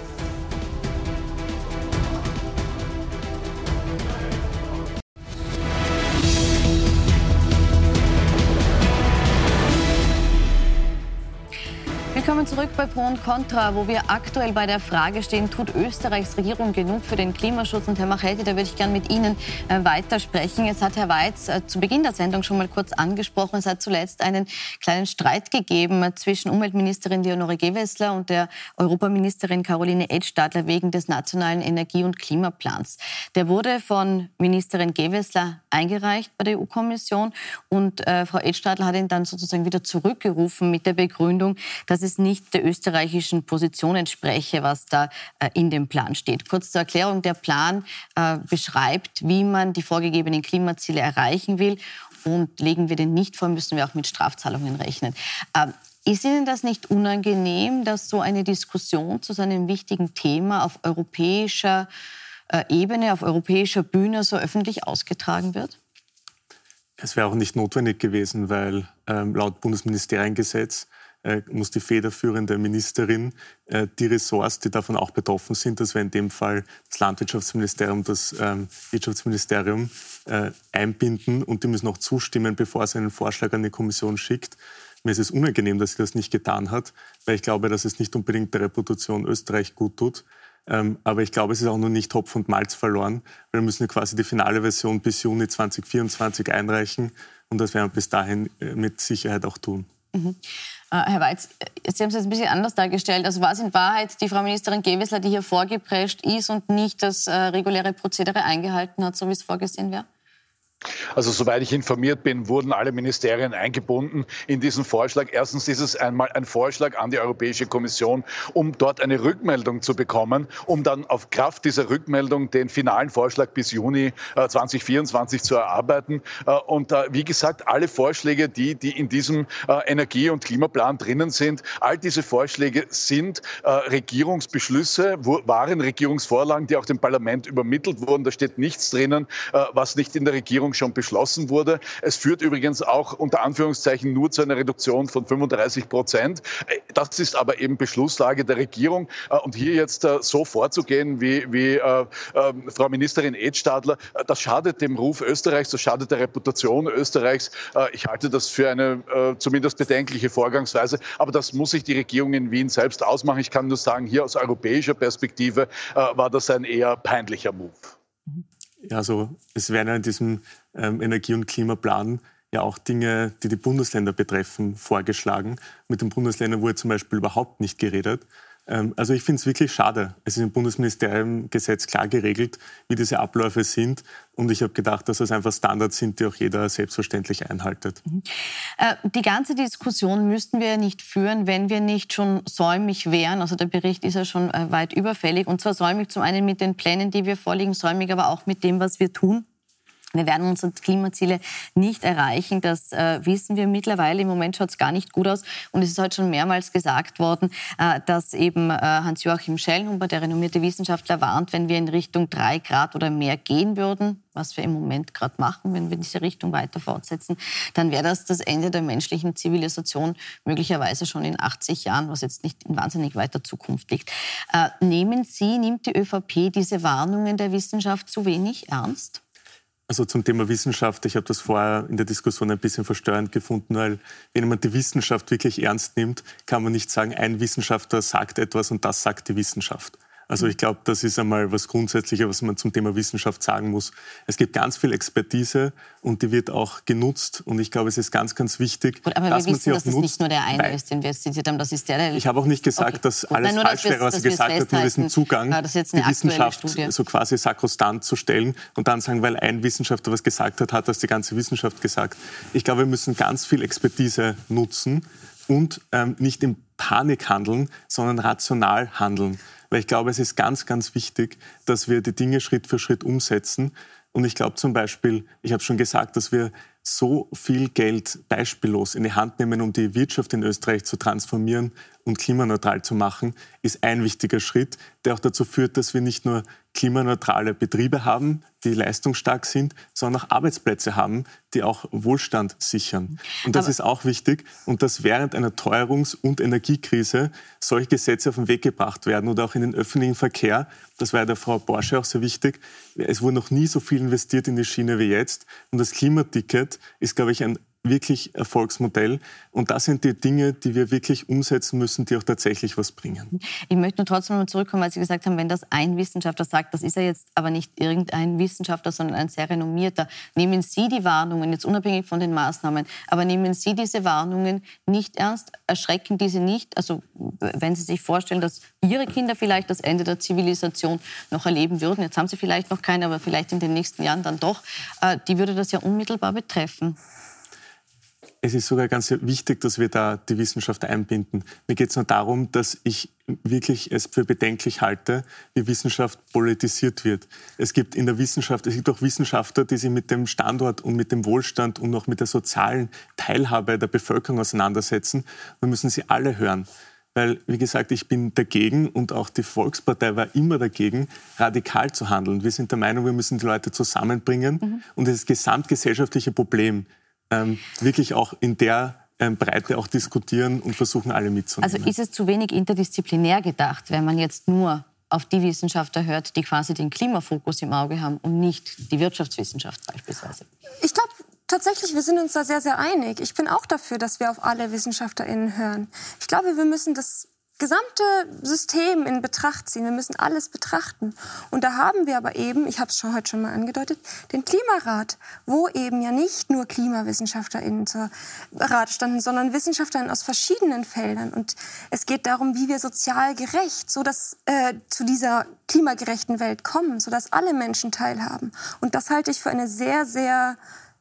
Willkommen zurück bei Pro und Contra, wo wir aktuell bei der Frage stehen, tut Österreichs Regierung genug für den Klimaschutz? Und Herr Machete, da würde ich gerne mit Ihnen äh, weitersprechen. Es hat Herr Weitz äh, zu Beginn der Sendung schon mal kurz angesprochen. Es hat zuletzt einen kleinen Streit gegeben äh, zwischen Umweltministerin Leonore Gewessler und der Europaministerin Caroline Edstadler wegen des nationalen Energie- und Klimaplans. Der wurde von Ministerin Gewessler eingereicht bei der E U-Kommission und äh, Frau Edstadler hat ihn dann sozusagen wieder zurückgerufen mit der Begründung, dass es nicht der österreichischen Position entspreche, was da äh, in dem Plan steht. Kurz zur Erklärung, der Plan äh, beschreibt, wie man die vorgegebenen Klimaziele erreichen will. Und legen wir den nicht vor, müssen wir auch mit Strafzahlungen rechnen. Äh, ist Ihnen das nicht unangenehm, dass so eine Diskussion zu so einem wichtigen Thema auf europäischer äh, Ebene, auf europäischer Bühne so öffentlich ausgetragen wird? Es wäre auch nicht notwendig gewesen, weil ähm, laut Bundesministeriengesetz äh, muss die federführende Ministerin äh, die Ressorts, die davon auch betroffen sind, das wäre in dem Fall das Landwirtschaftsministerium, das ähm, Wirtschaftsministerium, äh, einbinden und die müssen auch zustimmen, bevor sie einen Vorschlag an die Kommission schickt. Mir ist es unangenehm, dass sie das nicht getan hat, weil ich glaube, dass es nicht unbedingt der Reputation Österreich gut tut. Ähm, aber ich glaube, es ist auch noch nicht Hopf und Malz verloren, weil wir müssen quasi die finale Version bis Juni zwanzig vierundzwanzig einreichen und das werden wir bis dahin mit Sicherheit auch tun. Mhm. Äh, Herr Weitz, Sie haben es jetzt ein bisschen anders dargestellt. Also war es in Wahrheit die Frau Ministerin Gewessler, die hier vorgeprescht ist und nicht das äh, reguläre Prozedere eingehalten hat, so wie es vorgesehen wäre? Also soweit ich informiert bin, wurden alle Ministerien eingebunden in diesen Vorschlag. Erstens ist es einmal ein Vorschlag an die Europäische Kommission, um dort eine Rückmeldung zu bekommen, um dann auf Kraft dieser Rückmeldung den finalen Vorschlag bis Juni äh, zwanzig vierundzwanzig zu erarbeiten. Äh, und äh, wie gesagt, alle Vorschläge, die, die in diesem äh, Energie- und Klimaplan drinnen sind, all diese Vorschläge sind äh, Regierungsbeschlüsse, wo, waren Regierungsvorlagen, die auch dem Parlament übermittelt wurden. Da steht nichts drinnen, äh, was nicht in der Regierung schon beschlossen wurde. Es führt übrigens auch unter Anführungszeichen nur zu einer Reduktion von fünfunddreißig Prozent. Das ist aber eben Beschlusslage der Regierung. Und hier jetzt so vorzugehen wie, wie äh, äh, Frau Ministerin Edstadler, das schadet dem Ruf Österreichs, das schadet der Reputation Österreichs. Äh, ich halte das für eine äh, zumindest bedenkliche Vorgangsweise. Aber das muss sich die Regierung in Wien selbst ausmachen. Ich kann nur sagen, hier aus europäischer Perspektive äh, war das ein eher peinlicher Move. Ja, also es werden ja in diesem ähm, Energie- und Klimaplan ja auch Dinge, die die Bundesländer betreffen, vorgeschlagen. Mit den Bundesländern wurde zum Beispiel überhaupt nicht geredet. Ähm, also ich finde es wirklich schade. Es ist im Bundesministeriumgesetz klar geregelt, wie diese Abläufe sind. Und ich habe gedacht, dass das einfach Standards sind, die auch jeder selbstverständlich einhaltet. Mhm. Äh, die ganze Diskussion müssten wir ja nicht führen, wenn wir nicht schon säumig wären. Also der Bericht ist ja schon äh, weit überfällig. Und zwar säumig zum einen mit den Plänen, die wir vorlegen, säumig aber auch mit dem, was wir tun. Wir werden unsere Klimaziele nicht erreichen. Das äh, wissen wir mittlerweile. Im Moment schaut es gar nicht gut aus. Und es ist heute schon mehrmals gesagt worden, äh, dass eben äh, Hans-Joachim Schellnhuber, der renommierte Wissenschaftler, warnt, wenn wir in Richtung drei Grad oder mehr gehen würden, was wir im Moment gerade machen, wenn wir diese Richtung weiter fortsetzen, dann wäre das das Ende der menschlichen Zivilisation, möglicherweise schon in achtzig Jahren, was jetzt nicht in wahnsinnig weiter Zukunft liegt. Äh, nehmen Sie, nimmt die ÖVP diese Warnungen der Wissenschaft zu wenig ernst? Also zum Thema Wissenschaft, ich habe das vorher in der Diskussion ein bisschen verstörend gefunden, weil wenn man die Wissenschaft wirklich ernst nimmt, kann man nicht sagen, ein Wissenschaftler sagt etwas und das sagt die Wissenschaft. Also ich glaube, das ist einmal was Grundsätzliches, was man zum Thema Wissenschaft sagen muss. Es gibt ganz viel Expertise und die wird auch genutzt. Und ich glaube, es ist ganz, ganz wichtig, Gut, aber dass wir man wissen, sie auch dass das nutzt, nicht nur der eine ist, den wir zitiert haben. Das ist der, der... Ich habe auch nicht gesagt, okay, dass alles Nein, nur, falsch dass wäre, was er gesagt hat, nur diesen Zugang, ja, das die Wissenschaft Studie. so quasi sakrostant zu stellen und dann sagen, weil ein Wissenschaftler was gesagt hat, hat das die ganze Wissenschaft gesagt. Ich glaube, wir müssen ganz viel Expertise nutzen und ähm, nicht in Panik handeln, sondern rational handeln. Weil ich glaube, es ist ganz, ganz wichtig, dass wir die Dinge Schritt für Schritt umsetzen. Und ich glaube zum Beispiel, ich habe schon gesagt, dass wir so viel Geld beispiellos in die Hand nehmen, um die Wirtschaft in Österreich zu transformieren und klimaneutral zu machen, ist ein wichtiger Schritt, der auch dazu führt, dass wir nicht nur klimaneutrale Betriebe haben, die leistungsstark sind, sondern auch Arbeitsplätze haben, die auch Wohlstand sichern. Und das Aber ist auch wichtig. Und dass während einer Teuerungs- und Energiekrise solche Gesetze auf den Weg gebracht werden oder auch in den öffentlichen Verkehr. Das war ja der Frau Porsche auch sehr wichtig. Es wurde noch nie so viel investiert in die Schiene wie jetzt. Und das Klimaticket ist, glaube ich, ein wirklich Erfolgsmodell. Und das sind die Dinge, die wir wirklich umsetzen müssen, die auch tatsächlich was bringen. Ich möchte nur trotzdem mal zurückkommen, weil Sie gesagt haben, wenn das ein Wissenschaftler sagt, das ist ja jetzt aber nicht irgendein Wissenschaftler, sondern ein sehr renommierter. Nehmen Sie die Warnungen, jetzt unabhängig von den Maßnahmen, aber nehmen Sie diese Warnungen nicht ernst? Erschrecken diese nicht? Also wenn Sie sich vorstellen, dass Ihre Kinder vielleicht das Ende der Zivilisation noch erleben würden, jetzt haben Sie vielleicht noch keine, aber vielleicht in den nächsten Jahren dann doch, die würde das ja unmittelbar betreffen. Es ist sogar ganz wichtig, dass wir da die Wissenschaft einbinden. Mir geht es nur darum, dass ich wirklich es für bedenklich halte, wie Wissenschaft politisiert wird. Es gibt in der Wissenschaft, es gibt auch Wissenschaftler, die sich mit dem Standort und mit dem Wohlstand und auch mit der sozialen Teilhabe der Bevölkerung auseinandersetzen. Wir müssen sie alle hören. Weil, wie gesagt, ich bin dagegen und auch die Volkspartei war immer dagegen, radikal zu handeln. Wir sind der Meinung, wir müssen die Leute zusammenbringen mhm. und das gesamtgesellschaftliche Problem ähm, wirklich auch in der ähm, Breite auch diskutieren und versuchen, alle mitzunehmen. Also ist es zu wenig interdisziplinär gedacht, wenn man jetzt nur auf die Wissenschaftler hört, die quasi den Klimafokus im Auge haben und nicht die Wirtschaftswissenschaft beispielsweise? Ich glaube tatsächlich, wir sind uns da sehr, sehr einig. Ich bin auch dafür, dass wir auf alle WissenschaftlerInnen hören. Ich glaube, wir müssen das gesamte System in Betracht ziehen. Wir müssen alles betrachten. Und da haben wir aber eben, ich habe es schon heute schon mal angedeutet, den Klimarat, wo eben ja nicht nur KlimawissenschaftlerInnen zur Rat standen, sondern WissenschaftlerInnen aus verschiedenen Feldern. Und es geht darum, wie wir sozial gerecht so dass, äh, zu dieser klimagerechten Welt kommen, sodass alle Menschen teilhaben. Und das halte ich für eine sehr, sehr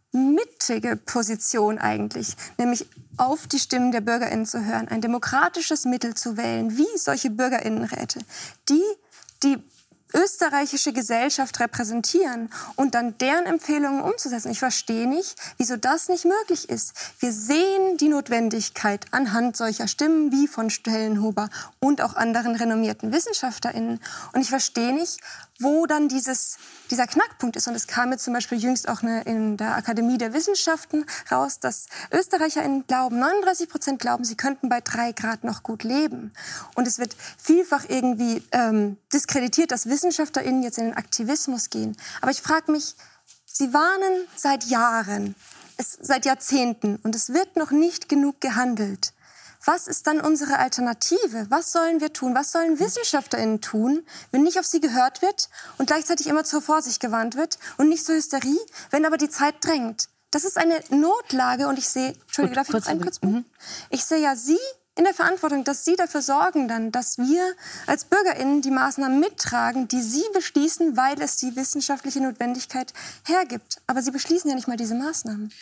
mittige Position eigentlich, nämlich auf die Stimmen der BürgerInnen zu hören, ein demokratisches Mittel zu wählen, wie solche BürgerInnenräte, die die österreichische Gesellschaft repräsentieren und dann deren Empfehlungen umzusetzen. Ich verstehe nicht, wieso das nicht möglich ist. Wir sehen die Notwendigkeit anhand solcher Stimmen wie von Stellenhuber und auch anderen renommierten WissenschaftlerInnen. Und ich verstehe nicht, wo dann dieses, dieser Knackpunkt ist. Und es kam jetzt zum Beispiel jüngst auch eine, in der Akademie der Wissenschaften raus, dass ÖsterreicherInnen glauben, neununddreißig Prozent glauben, sie könnten bei drei Grad noch gut leben. Und es wird vielfach irgendwie ähm, diskreditiert, dass WissenschaftlerInnen jetzt in den Aktivismus gehen. Aber ich frage mich, sie warnen seit Jahren, es, seit Jahrzehnten, und es wird noch nicht genug gehandelt. Was ist dann unsere Alternative? Was sollen wir tun? Was sollen WissenschaftlerInnen tun, wenn nicht auf sie gehört wird und gleichzeitig immer zur Vorsicht gewarnt wird und nicht zur Hysterie, wenn aber die Zeit drängt? Das ist eine Notlage und ich sehe, Entschuldige, darf ich noch einen kurzen Punkt? Ich sehe ja Sie in der Verantwortung, dass Sie dafür sorgen dann, dass wir als BürgerInnen die Maßnahmen mittragen, die Sie beschließen, weil es die wissenschaftliche Notwendigkeit hergibt. Aber Sie beschließen ja nicht mal diese Maßnahmen.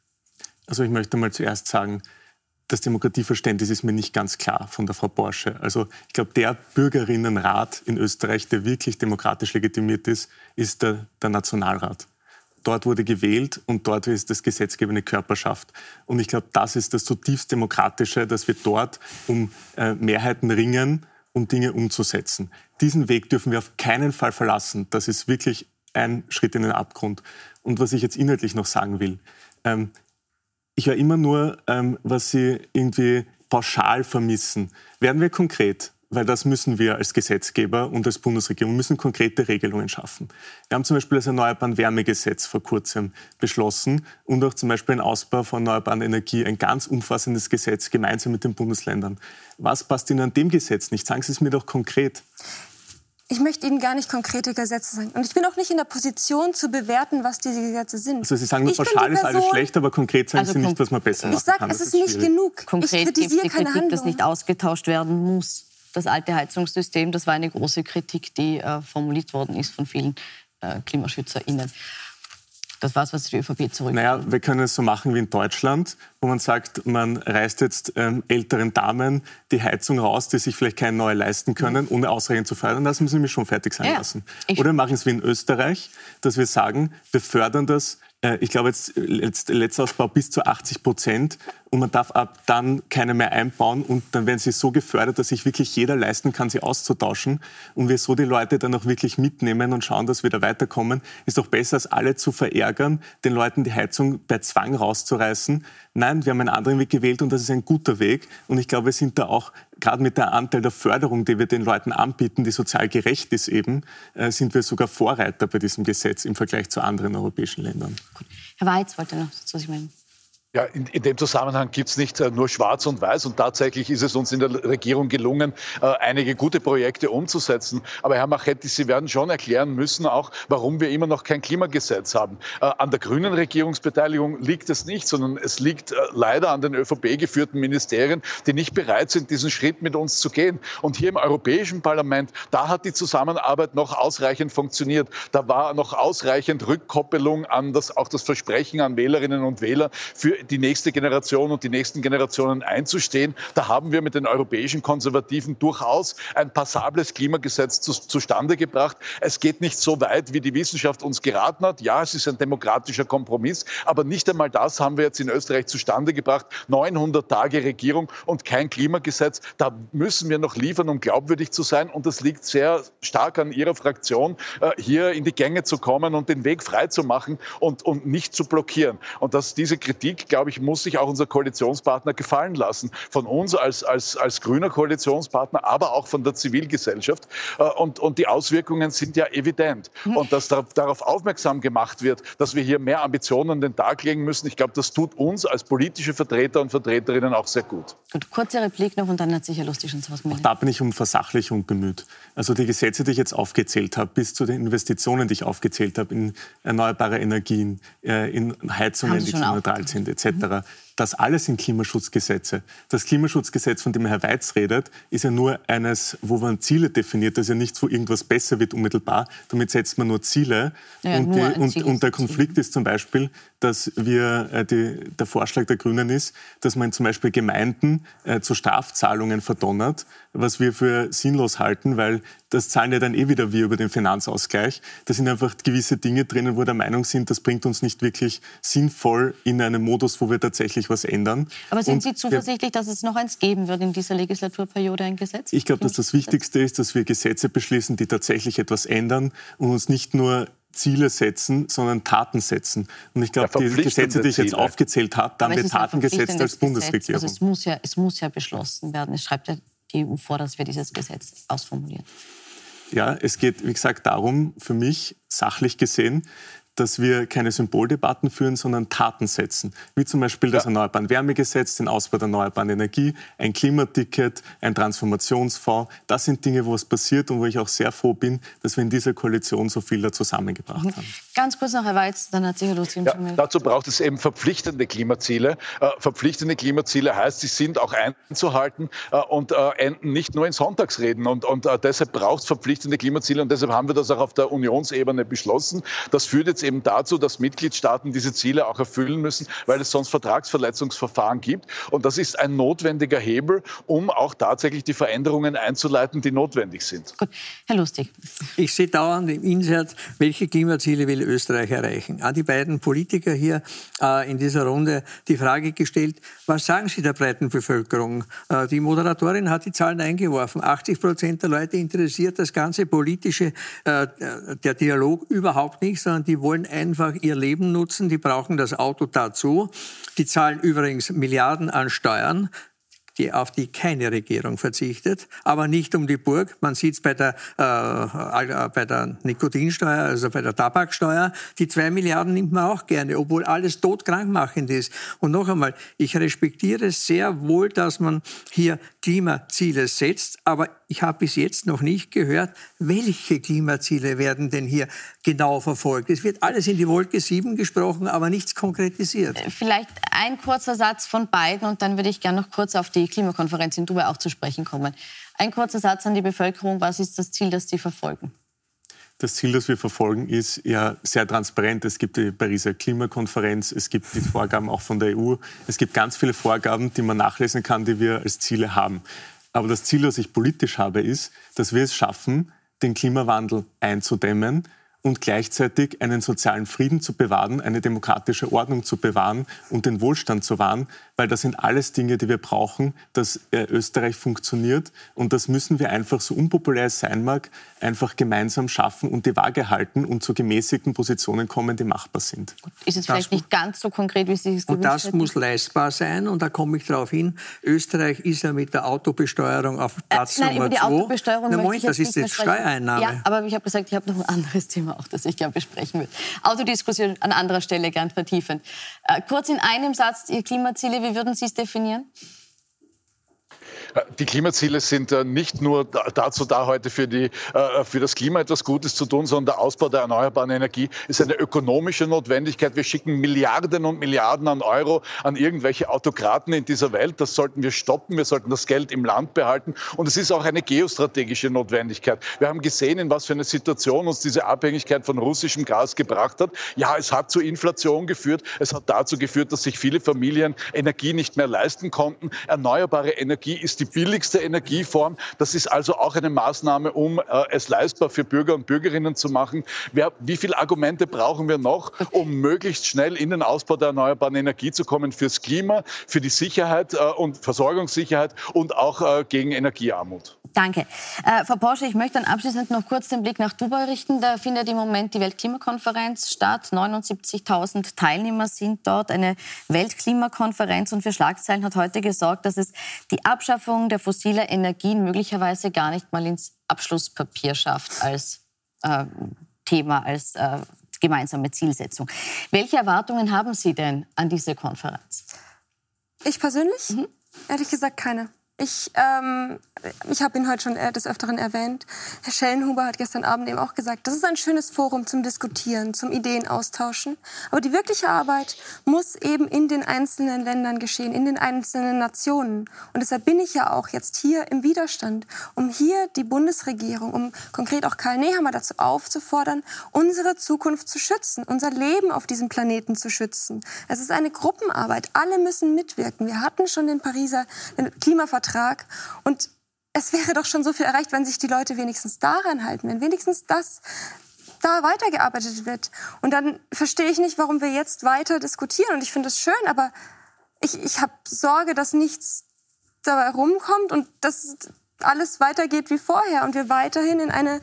Also ich möchte mal zuerst sagen, das Demokratieverständnis ist mir nicht ganz klar von der Frau Porsche. Also ich glaube, der Bürgerinnenrat in Österreich, der wirklich demokratisch legitimiert ist, ist der, der Nationalrat. Dort wurde gewählt und dort ist das gesetzgebende Körperschaft. Und ich glaube, das ist das zutiefst Demokratische, dass wir dort um äh, Mehrheiten ringen, um Dinge umzusetzen. Diesen Weg dürfen wir auf keinen Fall verlassen. Das ist wirklich ein Schritt in den Abgrund. Und was ich jetzt inhaltlich noch sagen will, ähm, ich höre immer nur, ähm, was Sie irgendwie pauschal vermissen. Werden wir konkret? Weil das müssen wir als Gesetzgeber und als Bundesregierung müssen konkrete Regelungen schaffen. Wir haben zum Beispiel das Erneuerbaren Wärmegesetz vor kurzem beschlossen und auch zum Beispiel ein Ausbau von erneuerbaren Energie, ein ganz umfassendes Gesetz gemeinsam mit den Bundesländern. Was passt Ihnen an dem Gesetz nicht? Sagen Sie es mir doch konkret. Ich möchte Ihnen gar nicht konkrete Gesetze sagen. Und ich bin auch nicht in der Position zu bewerten, was diese Gesetze sind. Also Sie sagen nur, pauschal ist alles schlecht, aber konkret sagen also Sie nicht, was man besser machen ich sag, kann. Ich sage, es ist nicht schwierig. genug. Konkret ich kritisiere gibt es die keine Kritik, dass Handlung. nicht ausgetauscht werden muss. Das alte Heizungssystem, das war eine große Kritik, die äh, formuliert worden ist von vielen äh, KlimaschützerInnen. Das war es, was die ÖVP zurück. Naja, wir können es so machen wie in Deutschland, wo man sagt, man reißt jetzt ähm, älteren Damen die Heizung raus, die sich vielleicht keine neue leisten können, mhm. ohne ausreichend zu fördern. Das müssen wir schon fertig sein ja, lassen. Oder wir machen es wie in Österreich, dass wir sagen, wir fördern das, äh, ich glaube jetzt, letzt, Letzausbau bis zu achtzig Prozent. Und man darf ab dann keine mehr einbauen und dann werden sie so gefördert, dass sich wirklich jeder leisten kann, sie auszutauschen. Und wir so die Leute dann auch wirklich mitnehmen und schauen, dass wir da weiterkommen. Ist doch besser, als alle zu verärgern, den Leuten die Heizung per Zwang rauszureißen. Nein, wir haben einen anderen Weg gewählt und das ist ein guter Weg. Und ich glaube, wir sind da auch, gerade mit der Anteil der Förderung, die wir den Leuten anbieten, die sozial gerecht ist eben, äh, sind wir sogar Vorreiter bei diesem Gesetz im Vergleich zu anderen europäischen Ländern. Gut. Herr Weiz wollte noch dazu sich melden. Ja, in, in dem Zusammenhang gibt es nicht äh, nur Schwarz und Weiß und tatsächlich ist es uns in der Regierung gelungen, äh, einige gute Projekte umzusetzen. Aber Herr Machetti, Sie werden schon erklären müssen auch, warum wir immer noch kein Klimagesetz haben. Äh, an der grünen Regierungsbeteiligung liegt es nicht, sondern es liegt äh, leider an den ÖVP-geführten Ministerien, die nicht bereit sind, diesen Schritt mit uns zu gehen. Und hier im Europäischen Parlament, da hat die Zusammenarbeit noch ausreichend funktioniert. Da war noch ausreichend Rückkoppelung an das, auch das Versprechen an Wählerinnen und Wähler für die nächste Generation und die nächsten Generationen einzustehen. Da haben wir mit den europäischen Konservativen durchaus ein passables Klimagesetz zu, zustande gebracht. Es geht nicht so weit, wie die Wissenschaft uns geraten hat. Ja, es ist ein demokratischer Kompromiss, aber nicht einmal das haben wir jetzt in Österreich zustande gebracht. neunhundert Tage Regierung und kein Klimagesetz. Da müssen wir noch liefern, um glaubwürdig zu sein. Und das liegt sehr stark an Ihrer Fraktion, hier in die Gänge zu kommen und den Weg frei zu machen und, und nicht zu blockieren. Und dass diese Kritik glaube ich, muss sich auch unser Koalitionspartner gefallen lassen. Von uns als, als, als grüner Koalitionspartner, aber auch von der Zivilgesellschaft. Und, und die Auswirkungen sind ja evident. Und dass da, darauf aufmerksam gemacht wird, dass wir hier mehr Ambitionen an den Tag legen müssen, ich glaube, das tut uns als politische Vertreter und Vertreterinnen auch sehr gut. Gut, kurze Replik noch und dann hat sicher lustig schon sowas mehr. Da bin ich um Versachlichung bemüht. Also die Gesetze, die ich jetzt aufgezählt habe, bis zu den Investitionen, die ich aufgezählt habe, in erneuerbare Energien, in Heizungen, die klimaneutral sind, et cetera. Mhm. Das alles sind Klimaschutzgesetze. Das Klimaschutzgesetz, von dem Herr Weiz redet, ist ja nur eines, wo man Ziele definiert. Das ist ja nichts, wo irgendwas besser wird unmittelbar. Damit setzt man nur Ziele. Ja, und, nur die, und, und der Konflikt Ziel. ist zum Beispiel, dass wir, äh, die, der Vorschlag der Grünen ist, dass man zum Beispiel Gemeinden äh, zu Strafzahlungen verdonnert, was wir für sinnlos halten, weil das zahlen ja dann eh wieder wir über den Finanzausgleich. Da sind einfach gewisse Dinge drinnen, wo wir der Meinung sind, das bringt uns nicht wirklich sinnvoll in einem Modus, wo wir tatsächlich was ändern. Aber sind und Sie zuversichtlich, dass es noch eins geben wird in dieser Legislaturperiode, ein Gesetz? Ich glaube, dass das Wichtigste ist, dass wir Gesetze beschließen, die tatsächlich etwas ändern und uns nicht nur Ziele setzen, sondern Taten setzen. Und ich glaube, ja, die Gesetze, die ich jetzt Ziele. aufgezählt habe, da haben wir Taten gesetzt als Bundesregierung. Also es muss ja, es muss ja beschlossen werden. Es schreibt ja die E U vor, dass wir dieses Gesetz ausformulieren. Ja, es geht, wie gesagt, darum, für mich, sachlich gesehen, dass wir keine Symboldebatten führen, sondern Taten setzen. Wie zum Beispiel das ja. Erneuerbaren Wärmegesetz, den Ausbau der erneuerbaren Energie, ein Klimaticket, ein Transformationsfonds. Das sind Dinge, wo es passiert und wo ich auch sehr froh bin, dass wir in dieser Koalition so viel da zusammengebracht mhm. haben. Ganz kurz noch, Herr Weiz, dann hat sich Herr Luzin ja, schon mal... Dazu braucht es eben verpflichtende Klimaziele. Äh, verpflichtende Klimaziele heißt, sie sind auch einzuhalten äh, und äh, enden nicht nur in Sonntagsreden. Und, und äh, deshalb braucht es verpflichtende Klimaziele und deshalb haben wir das auch auf der Unionsebene beschlossen. Das führt jetzt eben dazu, dass Mitgliedstaaten diese Ziele auch erfüllen müssen, weil es sonst Vertragsverletzungsverfahren gibt. Und das ist ein notwendiger Hebel, um auch tatsächlich die Veränderungen einzuleiten, die notwendig sind. Gut, Herr Lustig. Ich sehe dauernd im Insert, welche Klimaziele will Österreich erreichen. An die beiden Politiker hier äh, in dieser Runde die Frage gestellt, was sagen Sie der breiten Bevölkerung? Äh, die Moderatorin hat die Zahlen eingeworfen. achtzig Prozent der Leute interessiert das ganze politische, äh, der Dialog überhaupt nicht, sondern die wollen einfach ihr Leben nutzen, die brauchen das Auto dazu. Die zahlen übrigens Milliarden an Steuern, die, auf die keine Regierung verzichtet, aber nicht um die Burg. Man sieht es bei der, äh, bei der Nikotinsteuer, also bei der Tabaksteuer. Die zwei Milliarden nimmt man auch gerne, obwohl alles todkrankmachend ist. Und noch einmal, ich respektiere sehr wohl, dass man hier Klimaziele setzt, aber ich habe bis jetzt noch nicht gehört, welche Klimaziele werden denn hier genau verfolgt. Es wird alles in die Wolke sieben gesprochen, aber nichts konkretisiert. Vielleicht ein kurzer Satz von beiden und dann würde ich gerne noch kurz auf die Klimakonferenz in Dubai auch zu sprechen kommen. Ein kurzer Satz an die Bevölkerung. Was ist das Ziel, das Sie verfolgen? Das Ziel, das wir verfolgen, ist ja sehr transparent. Es gibt die Pariser Klimakonferenz, es gibt die Vorgaben auch von der E U. Es gibt ganz viele Vorgaben, die man nachlesen kann, die wir als Ziele haben. Aber das Ziel, das ich politisch habe, ist, dass wir es schaffen, den Klimawandel einzudämmen und gleichzeitig einen sozialen Frieden zu bewahren, eine demokratische Ordnung zu bewahren und den Wohlstand zu wahren, weil das sind alles Dinge, die wir brauchen, dass äh, Österreich funktioniert. Und das müssen wir einfach, so unpopulär es sein mag, einfach gemeinsam schaffen und die Waage halten und zu gemäßigten Positionen kommen, die machbar sind. Gut, ist es vielleicht nicht ganz so konkret, wie Sie es gewünscht hätten? Und das hätten? muss leistbar sein. Und da komme ich darauf hin. Österreich ist ja mit der Autobesteuerung auf Platz äh, nein, Nummer über die zwei. Autobesteuerung Na, möchte Moment, ich jetzt das ist jetzt Steuereinnahme. Ja, aber ich habe gesagt, ich habe noch ein anderes Thema, auch das ich gerne besprechen will. Autodiskussion an anderer Stelle gern vertiefen. Äh, kurz in einem Satz, Ihr Klimaziele, wie würden Sie es definieren? Die Klimaziele sind nicht nur dazu da, heute für, die, für das Klima etwas Gutes zu tun, sondern der Ausbau der erneuerbaren Energie ist eine ökonomische Notwendigkeit. Wir schicken Milliarden und Milliarden an Euro an irgendwelche Autokraten in dieser Welt. Das sollten wir stoppen. Wir sollten das Geld im Land behalten. Und es ist auch eine geostrategische Notwendigkeit. Wir haben gesehen, in was für eine Situation uns diese Abhängigkeit von russischem Gas gebracht hat. Ja, es hat zu Inflation geführt. Es hat dazu geführt, dass sich viele Familien Energie nicht mehr leisten konnten. Erneuerbare Energie ist die billigste Energieform. Das ist also auch eine Maßnahme, um äh, es leistbar für Bürger und Bürgerinnen zu machen. Wer, wie viele Argumente brauchen wir noch, um möglichst schnell in den Ausbau der erneuerbaren Energie zu kommen fürs Klima, für die Sicherheit äh, und Versorgungssicherheit und auch äh, gegen Energiearmut? Danke. Äh, Frau Porsche, ich möchte dann abschließend noch kurz den Blick nach Dubai richten. Da findet im Moment die Weltklimakonferenz statt. neunundsiebzigtausend Teilnehmer sind dort. Eine Weltklimakonferenz. Und für Schlagzeilen hat heute gesorgt, dass es die Abschaffung der fossilen Energien möglicherweise gar nicht mal ins Abschlusspapier schafft als äh, Thema, als äh, gemeinsame Zielsetzung. Welche Erwartungen haben Sie denn an diese Konferenz? Ich persönlich? Mhm. Ehrlich gesagt keine. Ich, ähm, ich habe ihn heute schon des Öfteren erwähnt. Herr Schellenhuber hat gestern Abend eben auch gesagt, das ist ein schönes Forum zum Diskutieren, zum Ideen austauschen. Aber die wirkliche Arbeit muss eben in den einzelnen Ländern geschehen, in den einzelnen Nationen. Und deshalb bin ich ja auch jetzt hier im Widerstand, um hier die Bundesregierung, um konkret auch Karl Nehammer dazu aufzufordern, unsere Zukunft zu schützen, unser Leben auf diesem Planeten zu schützen. Es ist eine Gruppenarbeit. Alle müssen mitwirken. Wir hatten schon den Pariser den Klimavertrag. Und es wäre doch schon so viel erreicht, wenn sich die Leute wenigstens daran halten, wenn wenigstens das da weitergearbeitet wird. Und dann verstehe ich nicht, warum wir jetzt weiter diskutieren. Und ich finde es schön, aber ich, ich habe Sorge, dass nichts dabei rumkommt und dass alles weitergeht wie vorher und wir weiterhin in eine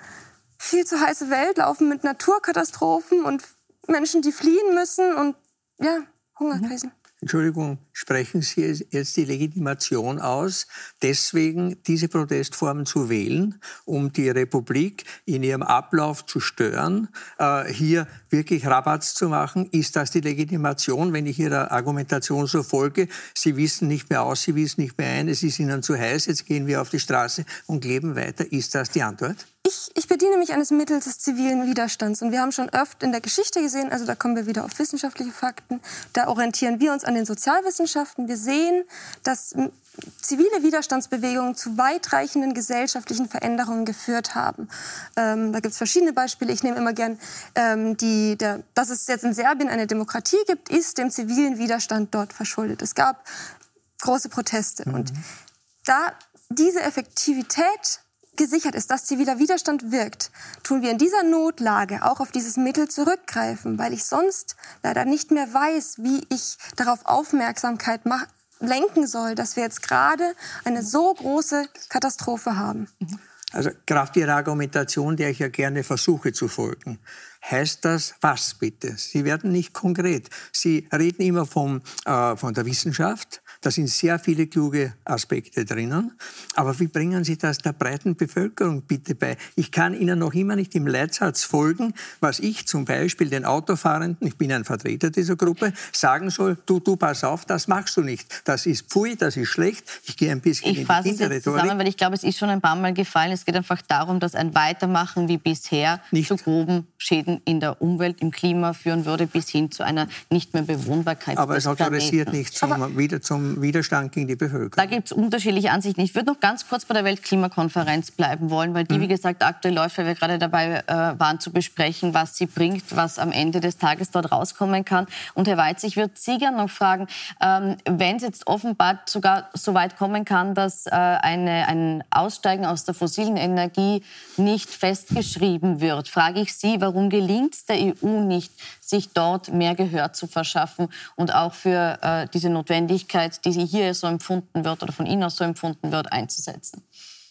viel zu heiße Welt laufen mit Naturkatastrophen und Menschen, die fliehen müssen und ja, Hungerkrisen. Mhm. Entschuldigung, sprechen Sie jetzt die Legitimation aus, deswegen diese Protestform zu wählen, um die Republik in ihrem Ablauf zu stören, äh, hier wirklich Rabatz zu machen? Ist das die Legitimation, wenn ich Ihrer Argumentation so folge? Sie wissen nicht mehr aus, Sie wissen nicht mehr ein, es ist Ihnen zu heiß, jetzt gehen wir auf die Straße und leben weiter. Ist das die Antwort? Ich, ich bediene mich eines Mittels des zivilen Widerstands. Und wir haben schon oft in der Geschichte gesehen, also da kommen wir wieder auf wissenschaftliche Fakten, da orientieren wir uns an den Sozialwissenschaften. Wir sehen, dass zivile Widerstandsbewegungen zu weitreichenden gesellschaftlichen Veränderungen geführt haben. Ähm, da gibt es verschiedene Beispiele. Ich nehme immer gern, ähm, die, der, dass es jetzt in Serbien eine Demokratie gibt, ist dem zivilen Widerstand dort verschuldet. Es gab große Proteste. Mhm. Und da diese Effektivität gesichert ist, dass ziviler Widerstand wirkt, tun wir in dieser Notlage auch auf dieses Mittel zurückgreifen, weil ich sonst leider nicht mehr weiß, wie ich darauf Aufmerksamkeit mach- lenken soll, dass wir jetzt gerade eine so große Katastrophe haben. Also Kraft Ihrer Argumentation, der ich ja gerne versuche zu folgen, heißt das was bitte? Sie werden nicht konkret. Sie reden immer vom, äh, von der Wissenschaft. Da sind sehr viele kluge Aspekte drinnen. Aber wie bringen Sie das der breiten Bevölkerung bitte bei? Ich kann Ihnen noch immer nicht im Leitsatz folgen, was ich zum Beispiel den Autofahrenden, ich bin ein Vertreter dieser Gruppe, sagen soll, du, du, pass auf, das machst du nicht. Das ist pfui, das ist schlecht. Ich gehe ein bisschen ich in die fasse es jetzt zusammen, weil ich glaube, es ist schon ein paar Mal gefallen. Es geht einfach darum, dass ein Weitermachen wie bisher nicht zu groben Schäden in der Umwelt, im Klima führen würde, bis hin zu einer nicht mehr Bewohnbarkeit. Aber es autorisiert nicht zum, wieder zum Widerstand gegen die Bevölkerung. Da gibt es unterschiedliche Ansichten. Ich würde noch ganz kurz bei der Weltklimakonferenz bleiben wollen, weil die, mhm. wie gesagt, aktuell läuft, weil wir gerade dabei äh, waren zu besprechen, was sie bringt, was am Ende des Tages dort rauskommen kann. Und Herr Weitz, ich würde Sie gerne noch fragen, ähm, wenn es jetzt offenbar sogar so weit kommen kann, dass äh, eine, ein Aussteigen aus der fossilen Energie nicht festgeschrieben wird, frage ich Sie, warum gelingt es der E U nicht, sich dort mehr Gehör zu verschaffen und auch für äh, diese Notwendigkeit, die sie hier so empfunden wird oder von Ihnen aus so empfunden wird, einzusetzen?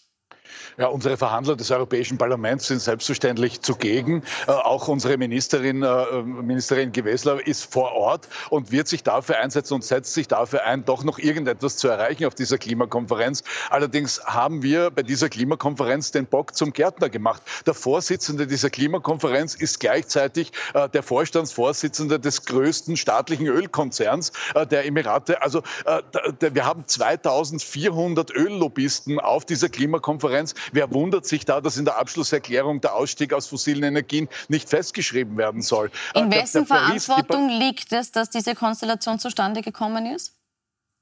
Ja, unsere Verhandler des Europäischen Parlaments sind selbstverständlich zugegen. Äh, auch unsere Ministerin, äh, Ministerin Gewessler ist vor Ort und wird sich dafür einsetzen und setzt sich dafür ein, doch noch irgendetwas zu erreichen auf dieser Klimakonferenz. Allerdings haben wir bei dieser Klimakonferenz den Bock zum Gärtner gemacht. Der Vorsitzende dieser Klimakonferenz ist gleichzeitig äh, der Vorstandsvorsitzende des größten staatlichen Ölkonzerns äh, der Emirate. Also äh, der, wir haben zweitausendvierhundert Öllobbyisten auf dieser Klimakonferenz. Wer wundert sich da, dass in der Abschlusserklärung der Ausstieg aus fossilen Energien nicht festgeschrieben werden soll? In wessen Verantwortung liegt es, dass diese Konstellation zustande gekommen ist?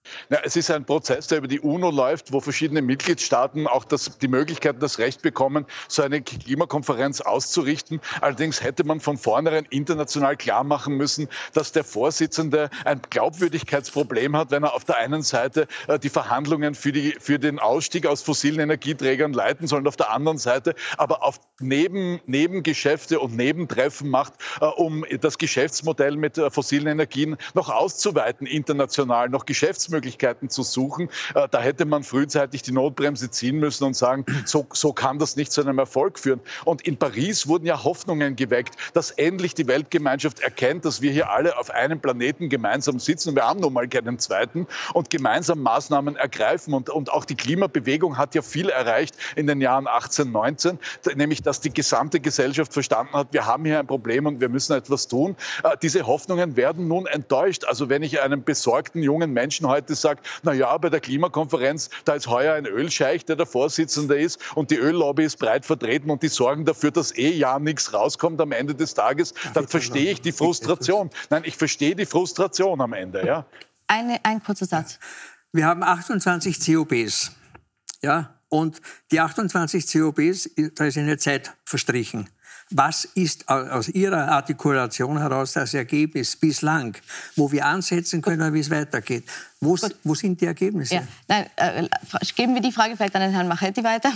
Ja, es ist ein Prozess, der über die UNO läuft, wo verschiedene Mitgliedstaaten auch das, die Möglichkeit, das Recht bekommen, so eine Klimakonferenz auszurichten. Allerdings hätte man von vornherein international klar machen müssen, dass der Vorsitzende ein Glaubwürdigkeitsproblem hat, wenn er auf der einen Seite äh, die Verhandlungen für, die, für den Ausstieg aus fossilen Energieträgern leiten soll und auf der anderen Seite aber auf Neben, Nebengeschäfte und Nebentreffen macht, äh, um das Geschäftsmodell mit äh, fossilen Energien noch auszuweiten, international, noch Geschäftsmöglichkeiten Möglichkeiten zu suchen. Da hätte man frühzeitig die Notbremse ziehen müssen und sagen, so, so kann das nicht zu einem Erfolg führen. Und in Paris wurden ja Hoffnungen geweckt, dass endlich die Weltgemeinschaft erkennt, dass wir hier alle auf einem Planeten gemeinsam sitzen und wir haben nun mal keinen zweiten und gemeinsam Maßnahmen ergreifen. Und, und auch die Klimabewegung hat ja viel erreicht in den Jahren achtzehn, neunzehn, nämlich dass die gesamte Gesellschaft verstanden hat, wir haben hier ein Problem und wir müssen etwas tun. Diese Hoffnungen werden nun enttäuscht. Also wenn ich einem besorgten jungen Menschen heute sagt, na ja, bei der Klimakonferenz, da ist heuer ein Ölscheich, der der Vorsitzende ist und die Öllobby ist breit vertreten und die sorgen dafür, dass eh ja nichts rauskommt am Ende des Tages, dann verstehe ich die Frustration. Nein, ich verstehe die Frustration am Ende, ja. Eine, ein kurzer Satz. Wir haben achtundzwanzig C O Bs, ja, und die achtundzwanzig C O Bs, da ist eine Zeit verstrichen. Was ist aus Ihrer Artikulation heraus das Ergebnis bislang, wo wir ansetzen können, wie es weitergeht? Wo, wo sind die Ergebnisse? Ja. Nein, äh, geben wir die Frage vielleicht an den Herrn Marchetti weiter.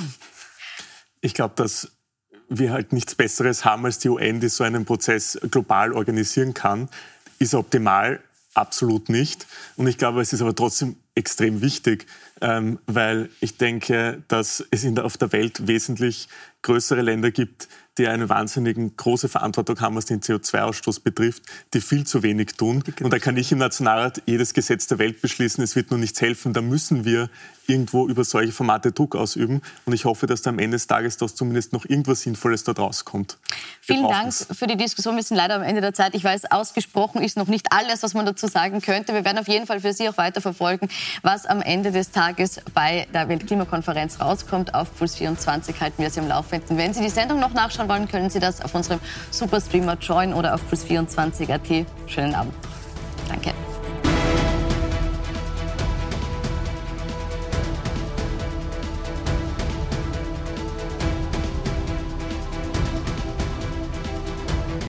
Ich glaube, dass wir halt nichts Besseres haben als die U N, die so einen Prozess global organisieren kann. Ist optimal? Absolut nicht. Und ich glaube, es ist aber trotzdem extrem wichtig, ähm, weil ich denke, dass es in der, auf der Welt wesentlich größere Länder gibt, die eine wahnsinnig große Verantwortung haben, was den C O zwei Ausstoß betrifft, die viel zu wenig tun. Und da kann ich im Nationalrat jedes Gesetz der Welt beschließen, es wird nur nichts helfen. Da müssen wir irgendwo über solche Formate Druck ausüben. Und ich hoffe, dass da am Ende des Tages das zumindest noch irgendwas Sinnvolles dort rauskommt. Vielen Dank für die Diskussion. Wir sind leider am Ende der Zeit. Ich weiß, ausgesprochen ist noch nicht alles, was man dazu sagen könnte. Wir werden auf jeden Fall für Sie auch weiter verfolgen, was am Ende des Tages bei der Weltklimakonferenz rauskommt. Auf Puls vierundzwanzig halten wir Sie am Laufenden. Wenn Sie die Sendung noch nachschauen wollen, können Sie das auf unserem Superstreamer Join oder auf puls vierundzwanzig punkt at. Schönen Abend. Danke.